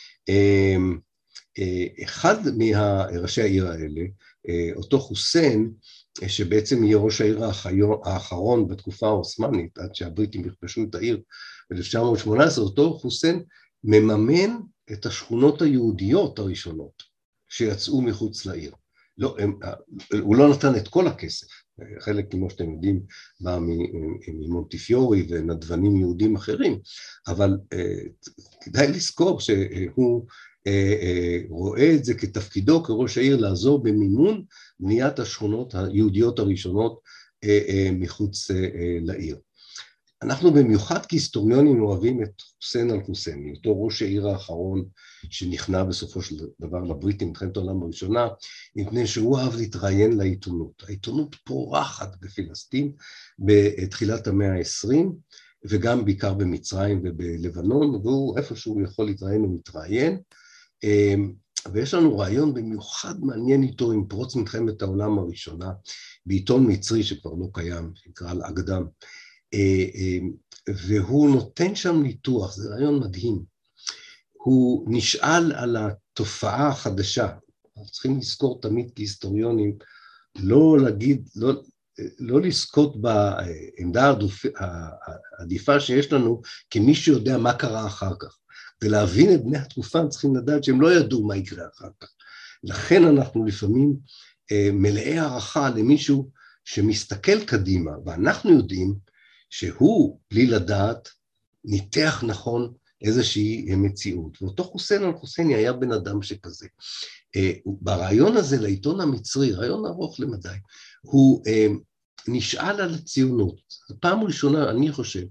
אחד מראשי העיר האלה, אותו חוסיין, שבעצם יהיה ראש העיר האחרון בתקופה העות'מאנית, עד שהבריטים יכבשו את העיר ב-אלף תשע מאות שמונה עשרה, אותו חוסיין מממן את השכונות היהודיות הראשונות שיצאו מחוץ לעיר. לא, הם, הוא לא נתן את כל הכסף, חלק כמו שאתם יודעים בא ממונטיפיורי ונדבנים יהודים אחרים, אבל כדאי לזכור שהוא רואה את זה כתפקידו כראש העיר לעזור במימון בניית השכונות היהודיות הראשונות מחוץ לעיר. אנחנו במיוחד כהיסטוריונים אוהבים את חוסיין אל-חוסייני, אותו ראש העיר האחרון שנכנע בסופו של דבר לבריטים במלחמת העולם הראשונה, מפני שהוא אהב להתראיין לעיתונות. העיתונות פורחת בפלסטין בתחילת המאה ה-עשרים, וגם בעיקר במצרים ובלבנון, והוא איפשהו יכול להתראיין ומתראיין. ויש לנו רעיון במיוחד מעניין איתו עם פרוץ מלחמת העולם הראשונה, בעיתון מצרי שכבר לא קיים, שנקרא אל-אקדם, והוא נותן שם ניתוח, זה רעיון מדהים. הוא נשאל על התופעה החדשה, אנחנו צריכים לזכור תמיד כהיסטוריונים, לא להגיד, לא, לא לזכות בעמדה העדיפה שיש לנו, כמי שיודע מה קרה אחר כך. ולהבין את בני התקופה, צריכים לדעת שהם לא ידעו מה יקרה אחר כך. לכן אנחנו לפעמים מלאי הערכה למישהו שמסתכל קדימה, ואנחנו יודעים שהוא, בלי לדעת, ניתח נכון איזושהי מציאות. ואותו חוסיין אל-חוסייני היה בן אדם שכזה. ברעיון הזה לעיתון המצרי, רעיון ארוך למדי, הוא נשאל על הציונות. פעם ראשונה, אני חושב,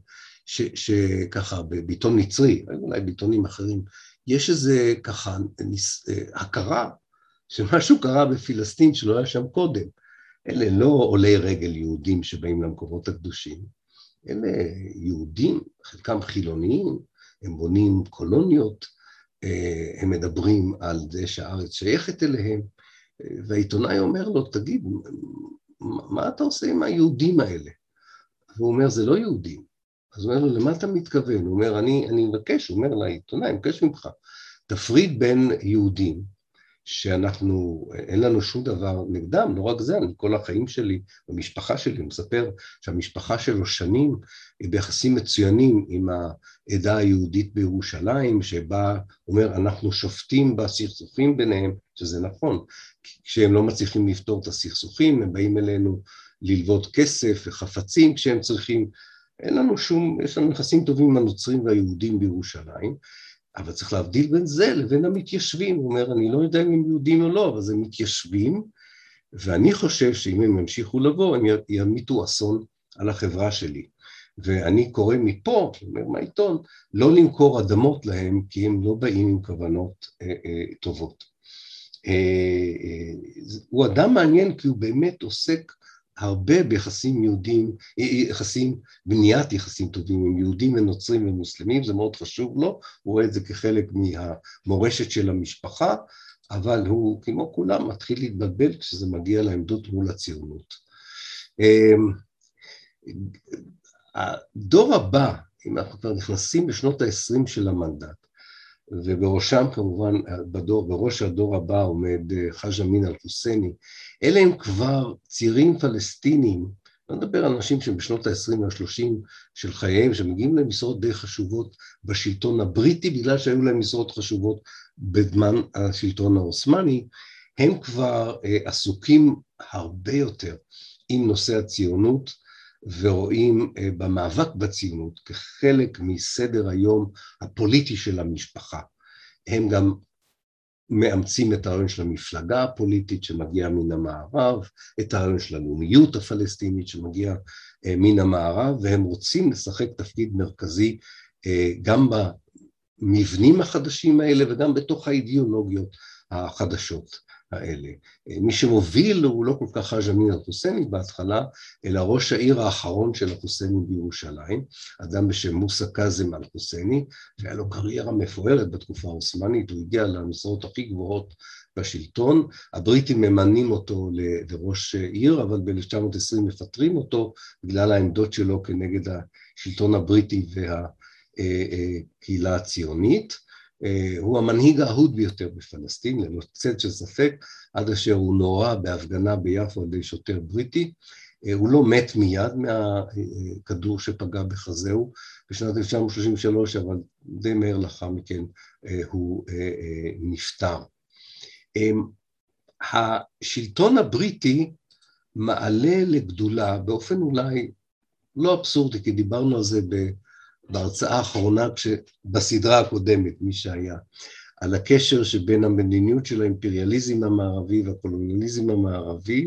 שככה בעיתון מצרי, אולי בעיתונים אחרים, יש איזה ככה הכרה שמשהו קרה בפלסטין שלא היה שם קודם. אלה לא עולי רגל יהודים שבאים למקומות הקדושים, אלה יהודים, חלקם חילוניים, הם בונים קולוניות, הם מדברים על זה שהארץ שייכת אליהם, והעיתונאי אומר לו, תגיד, מה אתה עושה עם היהודים האלה? והוא אומר, זה לא יהודים. אז הוא אומר לו, למה אתה מתכוון? הוא אומר, אני, אני מבקש, הוא אומר לעיתונאי, אני מבקש ממך, תפריד בין יהודים, שאנחנו, אין לנו שום דבר נגדם, לא רק זה, אני כל החיים שלי, במשפחה שלי, אני מספר שהמשפחה שלו שנים, היא ביחסים מצוינים עם העדה היהודית בירושלים, שבה אומר, אנחנו שופטים בסכסוכים ביניהם, שזה נכון, כשהם לא מצליחים לפתור את הסכסוכים, הם באים אלינו ללוות כסף וחפצים כשהם צריכים, אין לנו שום, יש לנו יחסים טובים עם הנוצרים והיהודים בירושלים, אבל צריך להבדיל בין זה לבין המתיישבים, הוא אומר, אני לא יודע אם הם יהודים או לא, אבל זה מתיישבים, ואני חושב שאם הם ימשיכו לבוא, הם ימיתו אסון על החברה שלי. ואני קורא מפה, הוא אומר מהעיתון, לא למכור אדמות להם, כי הם לא באים עם כוונות אה, אה, טובות. אה, אה, הוא אדם מעניין, כי הוא באמת עוסק הרבה ביחסים יהודים, יחסים, בניית יחסים טובים עם יהודים ונוצרים ומוסלמים, זה מאוד חשוב לו, הוא רואה את זה כחלק מהמורשת של המשפחה, אבל הוא כמו כולם מתחיל להתבלבל כשזה מגיע לעמדות מול הציונות. הדור הבא, אם אנחנו כבר נכנסים בשנות ה-עשרים של המנדט, ובראשם כמובן בדור, בראש הדור הבא עומד חאג' אמין אל-חוסייני, אלה הם כבר צעירים פלסטינים, אני מדבר על אנשים שבשנות ה-עשרים וה-שלושים של חייהם, שמגיעים להם משרות די חשובות בשלטון הבריטי, בגלל שהיו להם משרות חשובות בזמן השלטון העות'מאני, הם כבר עסוקים הרבה יותר עם נושא הציונות, ורואים במאבק בציונות כחלק מסדר היום הפוליטי של המשפחה. הם גם מאמצים את הרעיון של המפלגה הפוליטית שמגיעה מן המערב, את הרעיון של הלאומיות הפלסטינית שמגיעה מן המערב, והם רוצים לשחק תפקיד מרכזי גם במבנים החדשים האלה וגם בתוך האידיאולוגיות החדשות האלה. מי שמוביל הוא לא כל כך חאג' אמין אל-חוסייני בהתחלה, אלא ראש העיר האחרון של החוסייני בירושלים, אדם בשם מוסא קאזם אל-חוסייני, והיה לו קריירה מפוארת בתקופה העות'מאנית, הוא הגיע למשרות הכי גבוהות בשלטון, הבריטים ממנים אותו לראש עיר, אבל ב-אלף תשע מאות ועשרים מפטרים אותו, בגלל העמדות שלו כנגד השלטון הבריטי והקהילה הציונית, הוא המנהיג האהוד ביותר בפלסטין, ללא צל של ספק, עד אשר הוא נורא בהפגנה ביפו על ידי שוטר בריטי, הוא לא מת מיד מהכדור שפגע בחזהו בשנת אלף תשע מאות שלושים ושלוש, אבל די מהר לאחר מכן הוא נפטר. השלטון הבריטי מעלה לגדולה באופן אולי לא אבסורדי, כי דיברנו על זה ב... בהרצאה האחרונה בסדרה הקודמת, מי שהיה, על הקשר שבין המדיניות של האימפריאליזם המערבי והקולוניאליזם המערבי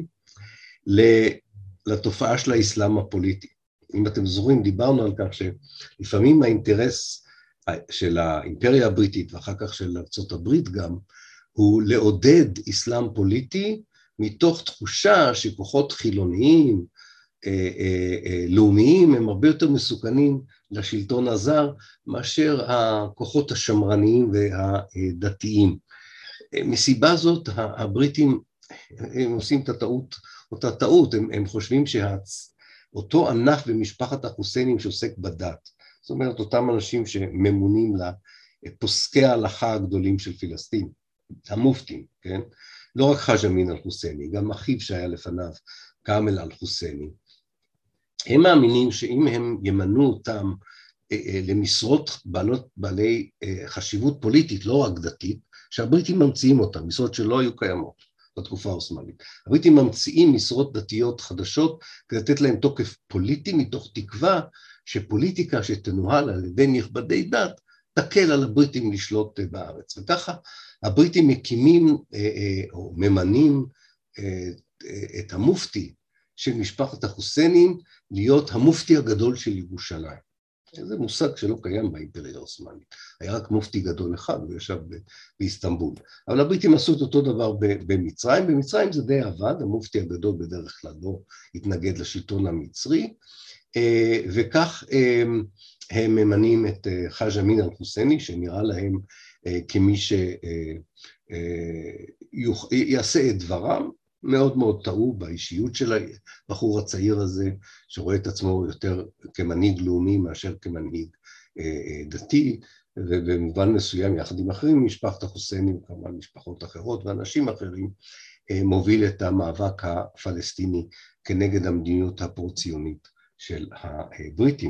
לתופעה של האסלאם הפוליטי. אם אתם זוכרים, דיברנו על כך שלפעמים האינטרס של האימפריה הבריטית ואחר כך של ארצות הברית גם, הוא לעודד אסלאם פוליטי מתוך תחושה שכוחות חילוניים, לאומיים, הם הרבה יותר מסוכנים לשלטון הזר מאשר הכוחות השמרניים והדתיים. מסיבה זאת הבריטים הם עושים את הטעות, אותה טעות, הם, הם חושבים שאותו ענף במשפחת החוסיינים שעוסק בדת, זאת אומרת אותם אנשים שממונים לפוסקי ההלכה הגדולים של פלסטין, המופתים, כן? לא רק חאג' אמין אל-חוסייני, גם אחיו שהיה לפניו, כאמל אל-חוסייני, הם מאמינים שאם הם ימנו אותם למשרות בעלות, בעלי חשיבות פוליטית, לא רק דתית, שהבריטים ממציאים אותם, משרות שלא היו קיימות בתקופה העות'מאנית. הבריטים ממציאים משרות דתיות חדשות, כדי לתת להם תוקף פוליטי, מתוך תקווה שפוליטיקה שתנוהל על ידי נכבדי דת, תקל על הבריטים לשלוט בארץ. וככה הבריטים מקימים או ממנים את המופתי של משפחת החוסיינים להיות המופתי הגדול של ירושלים. זה מושג שלא קיים באימפריה העות'מאנית. היה רק מופתי גדול אחד, הוא ישב באיסטנבול. אבל הבריטים עשו את אותו דבר במצרים, במצרים זה די עבד, המופתי הגדול בדרך כלל לא התנגד לשלטון המצרי, וכך הם ממנים את חאג' אמין אל-חוסייני, שנראה להם כמי שיעשה את דברם, מאוד מאוד טעו באישיות של הבחור הצעיר הזה, שרואה את עצמו יותר כמנהיג לאומי מאשר כמנהיג דתי, ובמובן מסוים יחד עם אחרים, משפחת החוסייני וכמובן משפחות אחרות ואנשים אחרים, מוביל את המאבק הפלסטיני כנגד המדיניות הפרו-ציונית של הבריטים.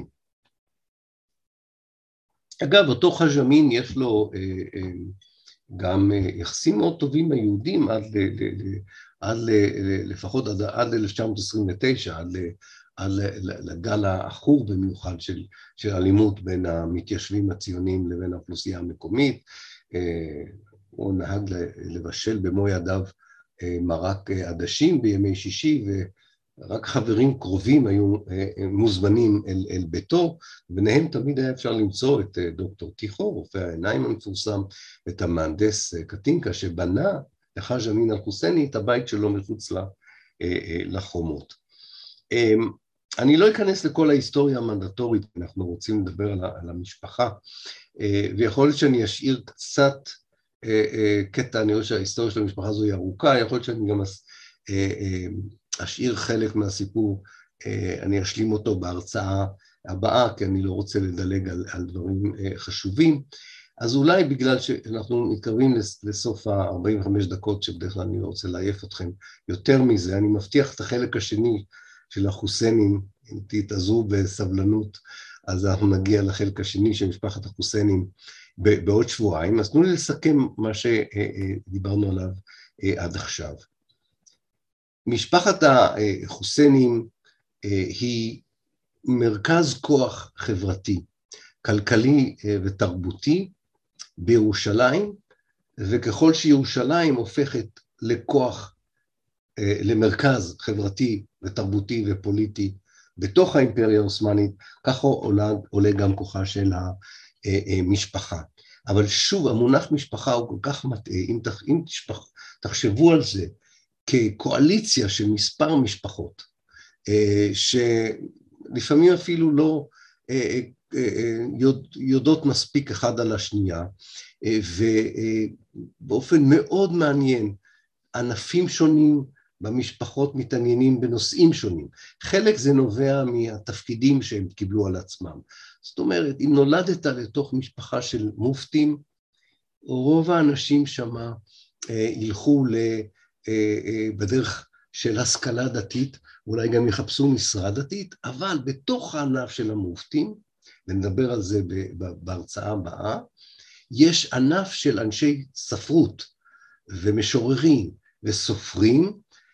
אגב, אותו חאג' אמין יש לו גם יחסים מאוד טובים היהודים עד, ל, ל, ל, עד ל, לפחות עד, עד אלף תשע מאות עשרים ותשע, עד, ל, עד לגל העכור במיוחד של, של אלימות בין המתיישבים הציונים לבין האוכלוסייה המקומית. הוא נהג לבשל במו ידיו מרק עדשים בימי שישי, ורק חברים קרובים היו מוזמנים אל, אל ביתו, ביניהם תמיד היה אפשר למצוא את דוקטור טיחו, רופא העיניים המפורסם, את המהנדס קטינקה שבנה לחאג' אמין אל-חוסייני את הבית שלו מחוץ לחומות. אני לא אכנס לכל ההיסטוריה המנדטורית, אנחנו רוצים לדבר על המשפחה, ויכול להיות שאני אשאיר קצת קטע, אני רואה שההיסטוריה של המשפחה הזו היא ארוכה, יכול להיות שאני גם אשאיר חלק מהסיפור, אני אשלים אותו בהרצאה הבאה, כי אני לא רוצה לדלג על, על דברים חשובים, אז אולי בגלל שאנחנו מתקרבים לסוף ה-ארבעים וחמש דקות, שבדרך כלל אני לא רוצה להעיף אתכם יותר מזה, אני מבטיח את החלק השני של החוסיינים, אם תתעזרו בסבלנות, אז אנחנו נגיע לחלק השני של משפחת החוסיינים בעוד שבועיים, אז תנו לי לסכם מה שדיברנו עליו עד עכשיו. משפחת החוסיינים היא מרכז כוח חברתי, כלכלי ותרבותי בירושלים, וככל שירושלים הופכת לכוח, למרכז חברתי ותרבותי ופוליטי בתוך האימפריה העות'מאנית, ככה עולה, עולה גם כוחה של המשפחה. אבל שוב, המונח משפחה הוא כל כך מטעה, אם, תח, אם תשפח, תחשבו על זה כקואליציה של מספר משפחות, שלפעמים אפילו לא יודעות מספיק אחד על השנייה, ובאופן מאוד מעניין, ענפים שונים במשפחות מתעניינים בנושאים שונים. חלק זה נובע מהתפקידים שהם קיבלו על עצמם. זאת אומרת, אם נולדת לתוך משפחה של מופתים, רוב האנשים שמה ילכו בדרך של השכלה דתית, אולי גם יחפשו משרה דתית, אבל בתוך הענף של המופתים, ונדבר על זה בהרצאה הבאה, יש ענף של אנשי ספרות ומשוררים וסופרים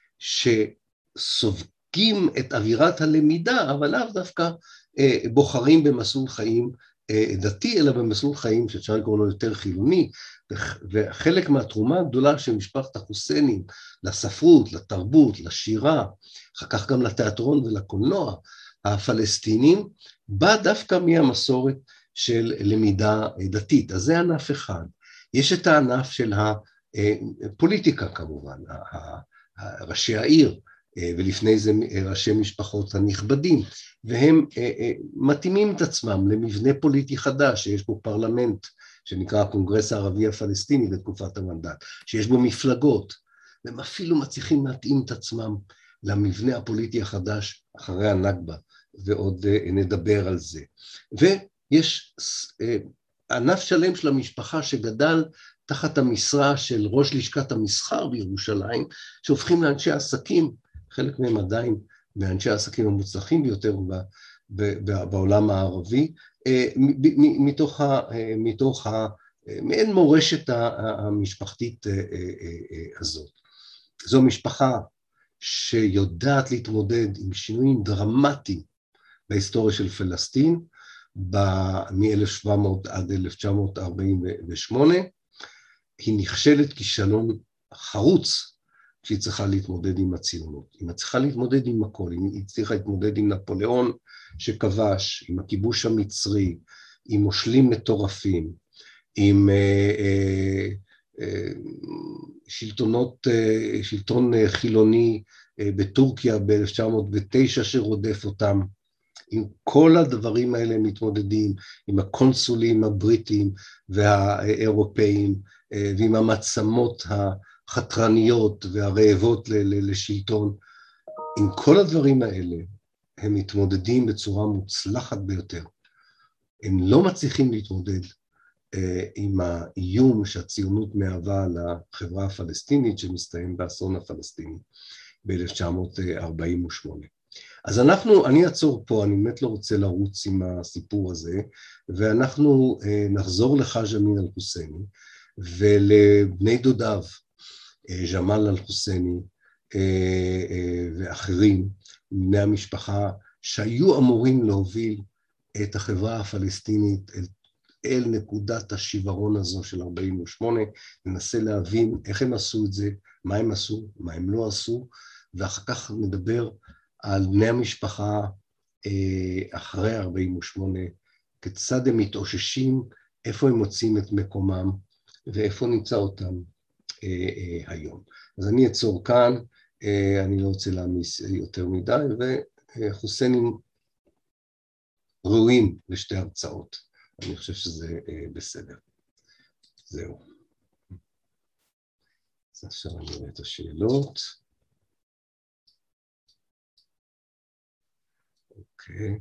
שסופגים את אווירת הלמידה, אבל לאו דווקא בוחרים במסלול חיים דתי, אלא במסלול חיים שאפשר לקרוא לו יותר חילוני, וחלק מהתרומה הגדולה של משפחת החוסיינים לספרות, לתרבות, לשירה, אחר כך גם לתיאטרון ולקולנוע, הפלסטינים, בא דווקא מהמסורת של למידה דתית. אז זה ענף אחד. יש את הענף של הפוליטיקה כמובן, ראשי העיר, ולפני זה ראשי משפחות הנכבדים, והם מתאימים את עצמם למבנה פוליטי חדש, שיש בו פרלמנט, שנקרא הקונגרס הערבי הפלסטיני בתקופת המנדט, שיש בו מפלגות, והם אפילו מצליחים להתאים את עצמם למבנה הפוליטי החדש אחרי הנכבה, ועוד נדבר על זה. ויש ענף שלם של המשפחה שגדל תחת המשרה של ראש לשכת המסחר בירושלים, שהופכים לאנשי עסקים, חלק מהם עדיין מאנשי העסקים המוצלחים ביותר בעולם הערבי, מתוך ה, מתוך ה, מעין מורשת המשפחתית הזאת. זו משפחה שיודעת להתמודד עם שינויים דרמטיים בהיסטוריה של פלסטין, מ-אלף שבע מאות עד אלף תשע מאות ארבעים ושמונה, היא נכשלת כישלון חרוץ שהיא צריכה להתמודד עם הציונות. היא צריכה להתמודד עם הכל, היא צריכה להתמודד עם נפוליאון שכבש, עם הכיבוש המצרי, עם מושלים מטורפים, עם אה, אה, אה, שלטונות, אה, שלטון חילוני אה, בטורקיה ב-אלף תשע מאות ותשע שרודף אותם. עם כל הדברים האלה מתמודדים, עם הקונסולים הבריטים והאירופאים, ועם המעצמות החתרניות והרעבות לשלטון. עם כל הדברים האלה הם מתמודדים בצורה מוצלחת ביותר. הם לא מצליחים להתמודד עם האיום שהציונות מהווה לחברה הפלסטינית שמסתיים באסון הפלסטיני ב-אלף תשע מאות ארבעים ושמונה. אז אנחנו, אני אעצור פה, אני באמת לא רוצה לרוץ עם הסיפור הזה, ואנחנו נחזור לחאג' אמין אל-חוסייני, ולבני דודיו, ג'מאל אל-חוסייני ואחרים, בני המשפחה, שהיו אמורים להוביל את החברה הפלסטינית אל, אל נקודת השיוורון הזו של ארבעים ושמונה, ננסה להבין איך הם עשו את זה, מה הם עשו, מה הם לא עשו, ואחר כך נדבר על בני המשפחה אחרי ארבעים ושמונה, כיצד הם מתאוששים, איפה הם מוצאים את מקומם, ואיפה נמצא אותם היום. אז אני אעצור כאן, אני לא רוצה להעמיס יותר מדי, וחוסיינים ראויים לשתי הרצאות. אני חושב שזה בסדר. זהו. אז עכשיו אני רואה את השאלות. אוקיי.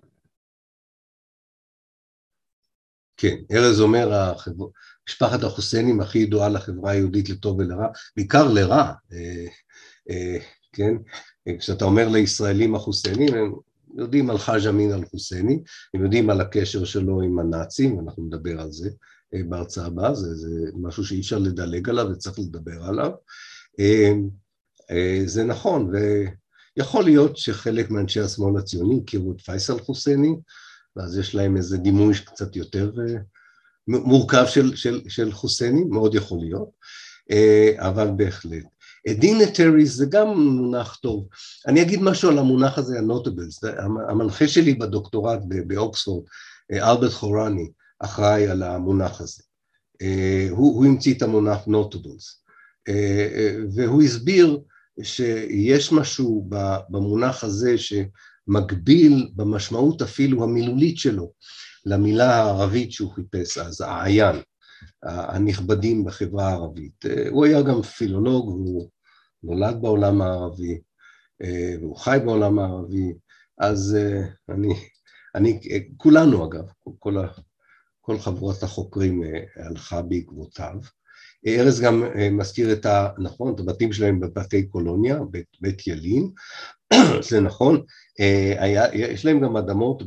כן, ארז אומר, החבר... משפחת החוסיינים הכי ידועה לחברה היהודית לטוב ולרע, בעיקר לרע, אה, אה, כן? כשאתה אומר לישראלים החוסיינים, הם יודעים על חאג' אמין אל-חוסייני, הם יודעים על הקשר שלו עם הנאצים, אנחנו נדבר על זה אה, בהרצאה הבאה, זה, זה משהו שאי אפשר לדלג עליו וצריך לדבר עליו. אה, אה, זה נכון, ו... יכול להיות שחלק מאנשי השמאל הציוני הכירו את פייסל חוסייני, ואז יש להם איזה דימוי קצת יותר מורכב של, של, של חוסייני, מאוד יכול להיות, אבל בהחלט. דין נטריס זה גם מונח טוב. אני אגיד משהו על המונח הזה, הנוטבלס, המנחה שלי בדוקטורט באוקספורד, אלברט חורני, אחראי על המונח הזה. הוא, הוא המציא את המונח נוטבלס, והוא הסביר שיש משהו במונח הזה שמקביל במשמעות אפילו המילולית שלו למילה הערבית שהוא חיפש אז, העיין, הנכבדים בחברה הערבית. הוא היה גם פילולוג, הוא נולד בעולם הערבי, והוא חי בעולם הערבי, אז אני, אני כולנו אגב, כל, כל חברות החוקרים הלכה בעקבותיו. ארז גם מזכיר את ה... נכון, את הבתים שלהם בבתי קולוניה, בית, בית ילין, זה נכון, היה, יש להם גם אדמות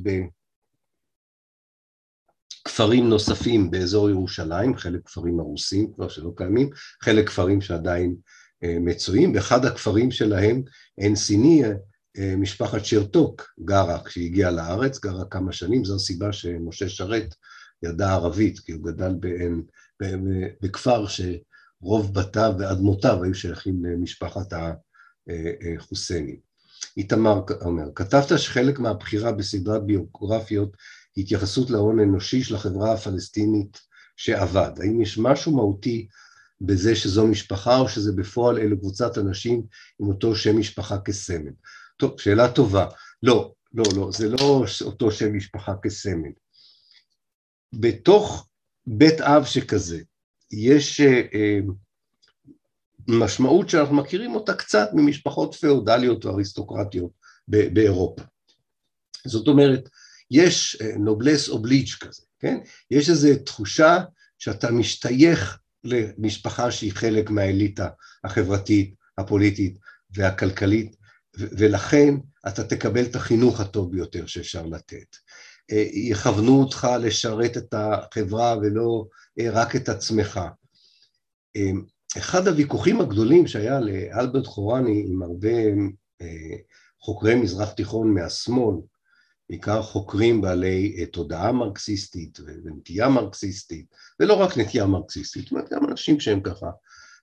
בכפרים נוספים באזור ירושלים, חלק כפרים הרוסים כבר שלא קיימים, חלק כפרים שעדיין מצויים, באחד הכפרים שלהם, אין סיני, משפחת שרתוק גרה, כשהיא הגיעה לארץ, גרה כמה שנים, זו הסיבה שמשה שרת ידע ערבית, כי הוא גדל בעין, בכפר שרוב בתיו ואדמותיו היו שייכים למשפחת החוסיינים. איתמר אומר, כתבת שחלק מהבחירה בסדרת ביוגרפיות התייחסות להון אנושי של החברה הפלסטינית שעבד. האם יש משהו מהותי בזה שזו משפחה או שזה בפועל אלו קבוצת אנשים עם אותו שם משפחה כסמל? טוב, שאלה טובה. לא, לא, לא, זה לא אותו שם משפחה כסמל. בתוך בית אב שכזה, יש משמעות שאנחנו מכירים אותה קצת ממשפחות פאודליות ואריסטוקרטיות באירופה. זאת אומרת, יש נובלס אובליג' כזה, כן? יש איזו תחושה שאתה משתייך למשפחה שהיא חלק מהאליטה החברתית, הפוליטית והכלכלית, ולכן אתה תקבל את החינוך הטוב ביותר שאפשר לתת. יכוונו אותך לשרת את החברה ולא רק את עצמך. אחד הוויכוחים הגדולים שהיה לאלברט חורני עם הרבה חוקרי מזרח תיכון מהשמאל, בעיקר חוקרים בעלי תודעה מרקסיסטית ונטייה מרקסיסטית, ולא רק נטייה מרקסיסטית, זאת אומרת גם אנשים שהם ככה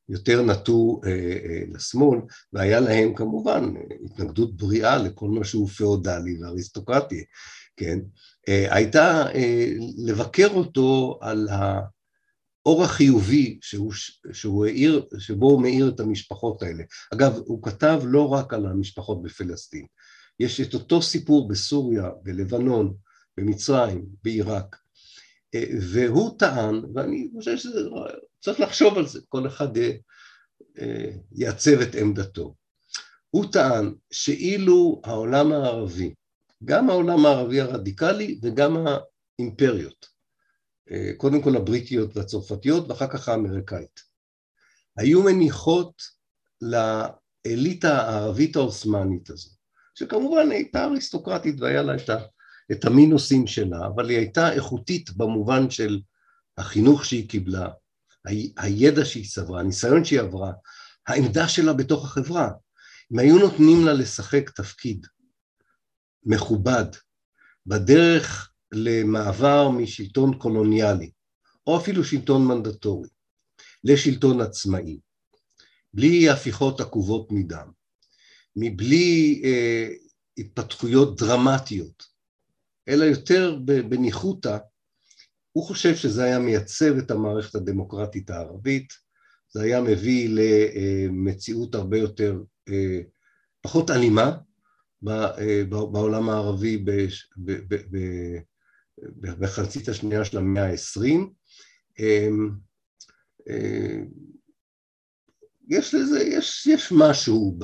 יותר נטו אה, אה, לשמאל, והיה להם כמובן התנגדות בריאה לכל מה שהוא פאודלי ואריסטוקרטי, כן? אה, הייתה אה, לבקר אותו על האור החיובי שהוא, שהוא העיר, שבו הוא מאיר את המשפחות האלה. אגב, הוא כתב לא רק על המשפחות בפלסטין, יש את אותו סיפור בסוריה, בלבנון, במצרים, בעיראק, והוא טען, ואני חושב שצריך לחשוב על זה, כל אחד יעצב את עמדתו. הוא טען שאילו העולם הערבי, גם העולם הערבי הרדיקלי וגם האימפריות, קודם כל הבריטיות והצרפתיות ואחר כך האמריקאית, היו מניחות לאליטה הערבית האוסמנית הזו, שכמובן הייתה אריסטוקרטית והיה לה את ה... את המינוסים שלה, אבל היא הייתה איכותית במובן של החינוך שהיא קיבלה, הידע שהיא צברה, הניסיון שהיא עברה, העמדה שלה בתוך החברה. אם היו נותנים לה לשחק תפקיד מכובד בדרך למעבר משלטון קולוניאלי, או אפילו שלטון מנדטורי, לשלטון עצמאי, בלי הפיכות עקובות מדם, מבלי אה, התפתחויות דרמטיות, אלא יותר בניחותא, הוא חושב שזה היה מייצב את המערכת הדמוקרטית הערבית, זה היה מביא למציאות הרבה יותר, פחות אלימה בעולם הערבי בחצית השנייה של המאה העשרים. יש לזה, יש, יש משהו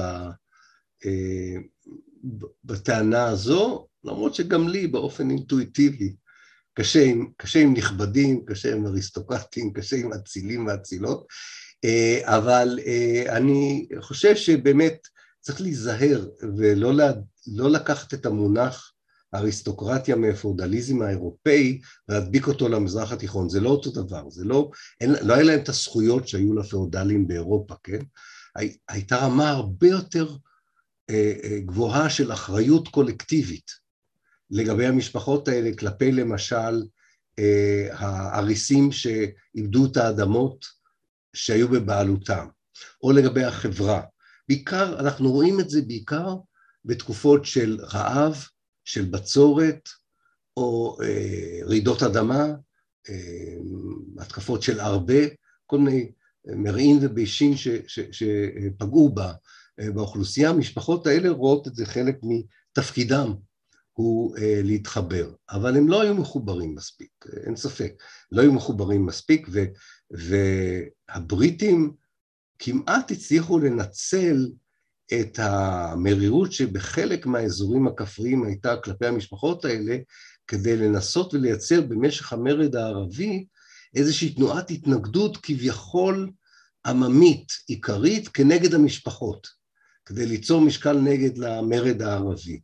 בטענה הזו, למרות שגם לי באופן אינטואיטיבי, קשה עם, קשה עם נכבדים, קשה עם אריסטוקרטים, קשה עם אצילים ואצילות, אבל אני חושב שבאמת צריך להיזהר ולא לא לקחת את המונח האריסטוקרטיה מהפאודליזם האירופאי ולהדביק אותו למזרח התיכון, זה לא אותו דבר, זה לא, אין, לא היה להם את הזכויות שהיו לפאודלים באירופה, כן? הי, הייתה רמה הרבה יותר גבוהה של אחריות קולקטיבית, לגבי המשפחות האלה, כלפי למשל האריסים שאיבדו את האדמות שהיו בבעלותם, או לגבי החברה. בעיקר, אנחנו רואים את זה בעיקר בתקופות של רעב, של בצורת, או רעידות אדמה, התקפות של הרבה, כל מיני מרעין ובישין שפגעו בה, באוכלוסייה. המשפחות האלה רואות את זה חלק מתפקידם, הוא אה, להתחבר, אבל הם לא היו מחוברים מספיק, אין ספק, לא היו מחוברים מספיק, ו, והבריטים כמעט הצליחו לנצל את המרירות שבחלק מהאזורים הכפריים הייתה כלפי המשפחות האלה, כדי לנסות ולייצר במשך המרד הערבי איזושהי תנועת התנגדות כביכול עממית, עיקרית, כנגד המשפחות, כדי ליצור משקל נגד למרד הערבי.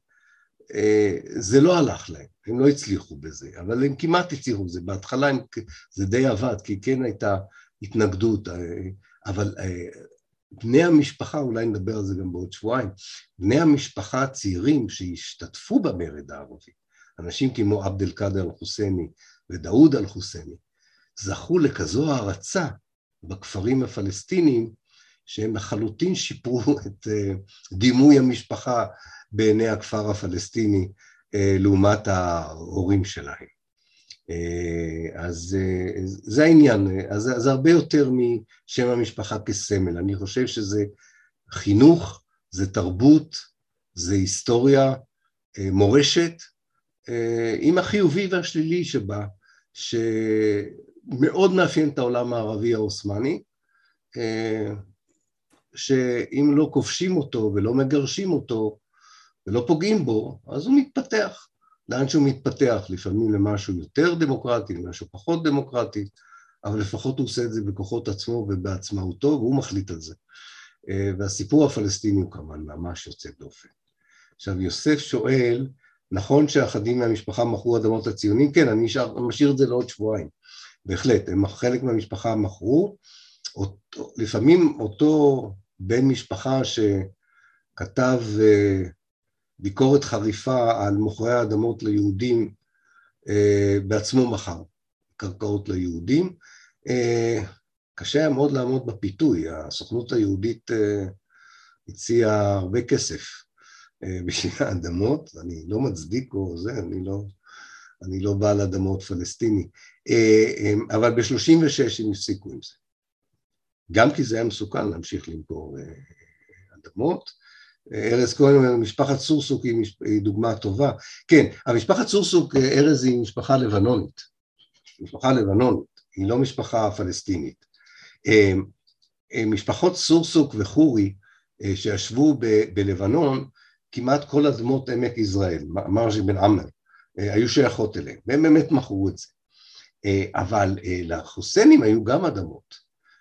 זה לא הלך להם, הם לא הצליחו בזה, אבל הם כמעט הצליחו בזה, בהתחלה הם, זה די עבד, כי כן הייתה התנגדות, אבל בני המשפחה, אולי נדבר על זה גם בעוד שבועיים, בני המשפחה הצעירים שהשתתפו במרד הערבי, אנשים כמו עבד אל-קאדר אל-חוסייני ודאוד אל-חוסייני, זכו לכזו הערצה בכפרים הפלסטיניים, שהם לחלוטין שיפרו את דימוי המשפחה בעיני הכפר הפלסטיני לעומת ההורים שלהם. אז זה העניין, אז זה הרבה יותר משם המשפחה כסמל. אני חושב שזה חינוך, זה תרבות, זה היסטוריה, מורשת, עם החיובי והשלילי שבה, שמאוד מאפיין את העולם הערבי האוסמני, שאם לא כובשים אותו ולא מגרשים אותו ולא פוגעים בו, אז הוא מתפתח. לאן שהוא מתפתח, לפעמים למשהו יותר דמוקרטי, למשהו פחות דמוקרטי, אבל לפחות הוא עושה את זה בכוחות עצמו ובעצמאותו, והוא מחליט על זה. והסיפור הפלסטיני הוא כמובן ממש יוצא דופן. עכשיו יוסף שואל, נכון שאחדים מהמשפחה מכרו אדמות הציונים? כן, אני משאיר את זה לעוד שבועיים. בהחלט, הם חלק מהמשפחה מכרו, אותו, לפעמים אותו בן משפחה שכתב ביקורת חריפה על מוכרי האדמות ליהודים, בעצמו מכר קרקעות ליהודים, קשה היה מאוד לעמוד בפיתוי, הסוכנות היהודית הציעה הרבה כסף בשביל האדמות, אני לא מצדיק או זה, אני לא, אני לא בעל אדמות פלסטיני, אבל ב-שלושים ושש הם הפסיקו עם זה. גם כי זה היה מסוכן להמשיך למכור אדמות. ארז כהן, משפחת סורסוק היא דוגמה טובה. כן, המשפחת סורסוק, ארז היא משפחה לבנונית. משפחה לבנונית, היא לא משפחה פלסטינית. משפחות סורסוק וחורי שישבו ב- בלבנון, כמעט כל אדמות עמק יזרעאל, מרג' בן עמר, היו שייכות אליהם, והם באמת מכרו את זה. אבל לחוסיינים היו גם אדמות,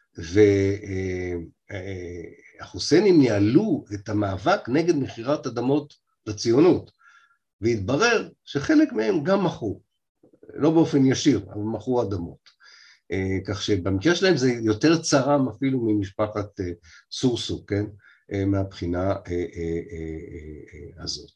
והחוסיינים ניהלו את המאבק נגד מחירת אדמות לציונות, והתברר שחלק מהם גם מכרו, לא באופן ישיר, אבל מכרו אדמות. כך שבמקרה שלהם זה יותר צרם אפילו ממשפחת סורסוק, כן? מהבחינה הזאת.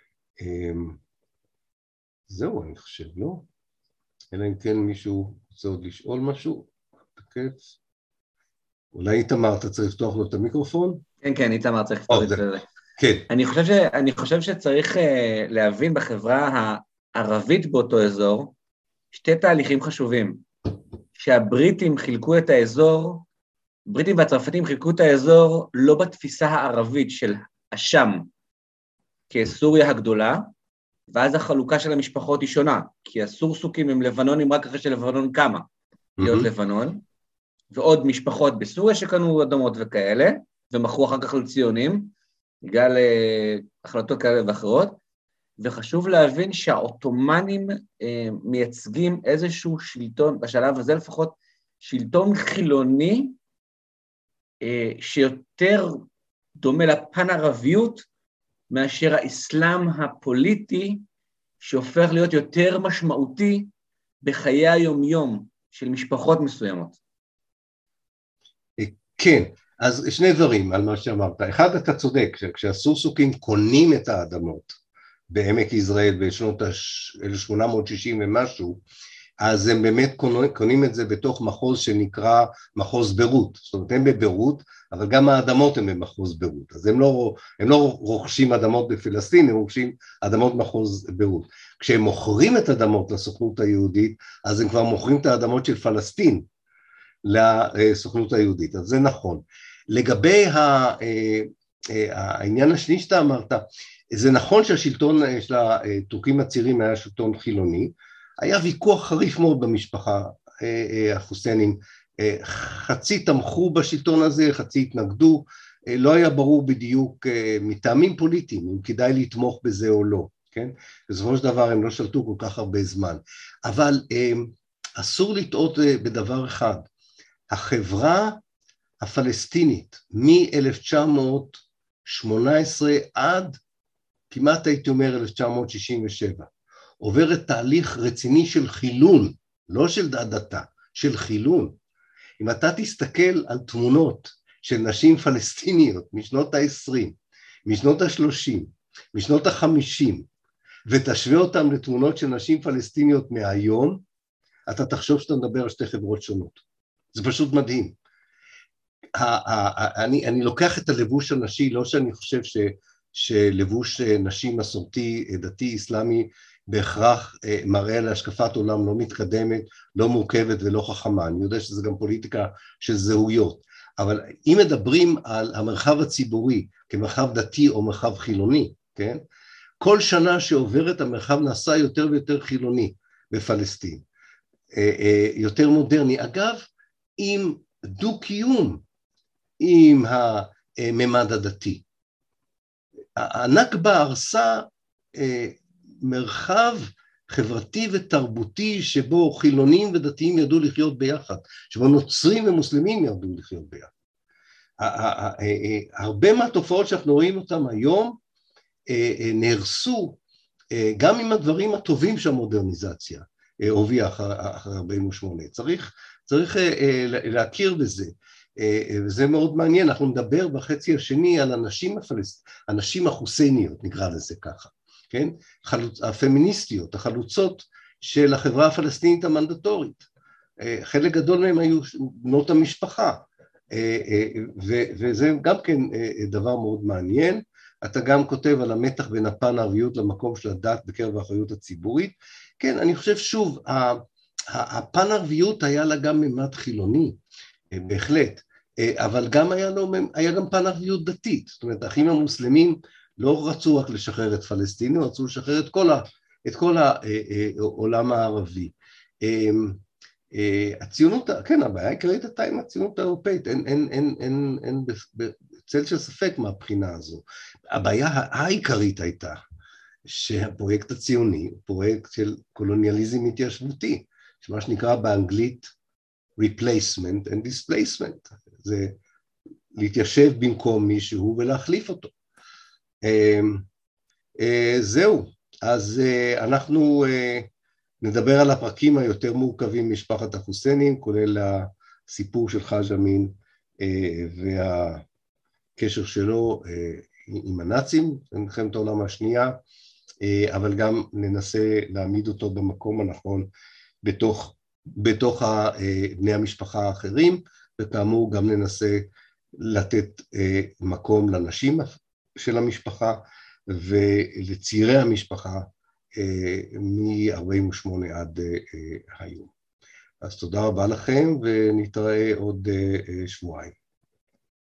זהו, אני חושב, לא? אלא אם כן מישהו רוצה עוד לשאול משהו? תקץ. אולי איתמר, אתה צריך לפתוח לו את המיקרופון? כן, כן, איתמר צריך לפתוח את זה. כן. אני חושב, ש... אני חושב שצריך להבין בחברה הערבית באותו אזור, שתי תהליכים חשובים. שהבריטים חילקו את האזור, בריטים והצרפתים חילקו את האזור לא בתפיסה הערבית של אשם כסוריה הגדולה, ואז החלוקה של המשפחות היא שונה, כי הסורסוקים הם לבנונים רק אחרי שלבנון קמה, להיות לבנון, ועוד משפחות בסוריה שקנו אדמות וכאלה, ומכרו אחר כך לציונים, בגלל החלטות כאלה ואחרות, וחשוב להבין שהאוטומנים אה, מייצגים איזשהו שלטון, בשלב הזה לפחות, שלטון חילוני, אה, שיותר דומה לפן ערביות, מאשר האסלאם הפוליטי, שהופך להיות יותר משמעותי בחיי היומיום של משפחות מסוימות. כן, אז שני דברים על מה שאמרת. אחד, אתה צודק, כשהסורסוקים קונים את האדמות, בעמק יזרעאל בשנות אלף שמונה מאות שישים ומשהו, אז הם באמת קונים את זה בתוך מחוז שנקרא מחוז ביירות, זאת אומרת הם בביירות, אבל גם האדמות הם במחוז ביירות, אז הם לא, הם לא רוכשים אדמות בפלסטין, הם רוכשים אדמות מחוז ביירות. כשהם מוכרים את האדמות לסוכנות היהודית, אז הם כבר מוכרים את האדמות של פלסטין לסוכנות היהודית, אז זה נכון. לגבי העניין השני שאתה אמרת, זה נכון שהשלטון של הטורקים הצעירים היה שלטון חילוני, היה ויכוח חריף מאוד במשפחה, החוסיינים, חצי תמכו בשלטון הזה, חצי התנגדו, לא היה ברור בדיוק מטעמים פוליטיים, אם כדאי לתמוך בזה או לא, כן? בסופו של דבר הם לא שלטו כל כך הרבה זמן, אבל אסור לטעות בדבר אחד, החברה הפלסטינית מ-אלף תשע מאות שמונה עשרה עד כמעט הייתי אומר אלף תשע מאות שישים ושבע, עוברת תהליך רציני של חילון, לא של הדתה, של חילון. אם אתה תסתכל על תמונות של נשים פלסטיניות משנות ה-עשרים, משנות ה-שלושים, משנות ה-חמישים, ותשווה אותם לתמונות של נשים פלסטיניות מהיום, אתה תחשוב שאתה מדבר על שתי חברות שונות. זה פשוט מדהים. אני, אני לוקח את הלבוש הנשי, לא שאני חושב ש... שלבוש נשי מסורתי, דתי, אסלאמי, בהכרח מראה להשקפת עולם לא מתקדמת, לא מורכבת ולא חכמה. אני יודע שזה גם פוליטיקה של זהויות, אבל אם מדברים על המרחב הציבורי כמרחב דתי או מרחב חילוני, כן? כל שנה שעוברת המרחב נעשה יותר ויותר חילוני בפלסטין, יותר מודרני. אגב, עם דו-קיום, עם הממד הדתי. הנכבה הרסה אה, מרחב חברתי ותרבותי שבו חילונים ודתיים ידעו לחיות ביחד, שבו נוצרים ומוסלמים ידעו לחיות ביחד. הרבה מהתופעות שאנחנו רואים אותם היום אה, נהרסו אה, גם עם הדברים הטובים שהמודרניזציה אה, הובילה אחר, אחר ארבעים ושמונה. צריך, צריך אה, אה, להכיר בזה. וזה מאוד מעניין, אנחנו נדבר בחצי השני על הנשים הפלסטיניות, הנשים החוסייניות, נקרא לזה ככה, כן? החלוצ... הפמיניסטיות, החלוצות של החברה הפלסטינית המנדטורית, חלק גדול מהם היו בנות המשפחה, וזה גם כן דבר מאוד מעניין. אתה גם כותב על המתח בין הפן הערביות למקום של הדת בקרב האחריות הציבורית. כן, אני חושב שוב, הפן הערביות היה לה גם ממד חילוני, בהחלט, אבל גם היה, לו, היה גם פן ערביות דתית. זאת אומרת, האחים המוסלמים לא רצו רק לשחרר את פלסטין, רצו לשחרר את כל, ה, את כל העולם הערבי. הציונות, כן, הבעיה העיקרית הייתה עם הציונות האירופאית, אין, אין, אין, אין, אין בצל של ספק מהבחינה הזו. הבעיה העיקרית הייתה שהפרויקט הציוני הוא פרויקט של קולוניאליזם התיישבותי, שמה שנקרא באנגלית replacement and displacement, זה להתיישב במקום מישהו ולהחליף אותו. זהו, אז אנחנו נדבר על הפרקים היותר מורכבים משפחת החוסיינים, כולל הסיפור של חאג' אמין והקשר שלו עם הנאצים, במלחמת העולם השנייה, אבל גם ננסה להעמיד אותו במקום הנכון בתוך, בתוך בני המשפחה האחרים, וכאמור גם ננסה לתת מקום לנשים של המשפחה ולצעירי המשפחה מ-ארבעים ושמונה עד היום. אז תודה רבה לכם ונתראה עוד שבועיים.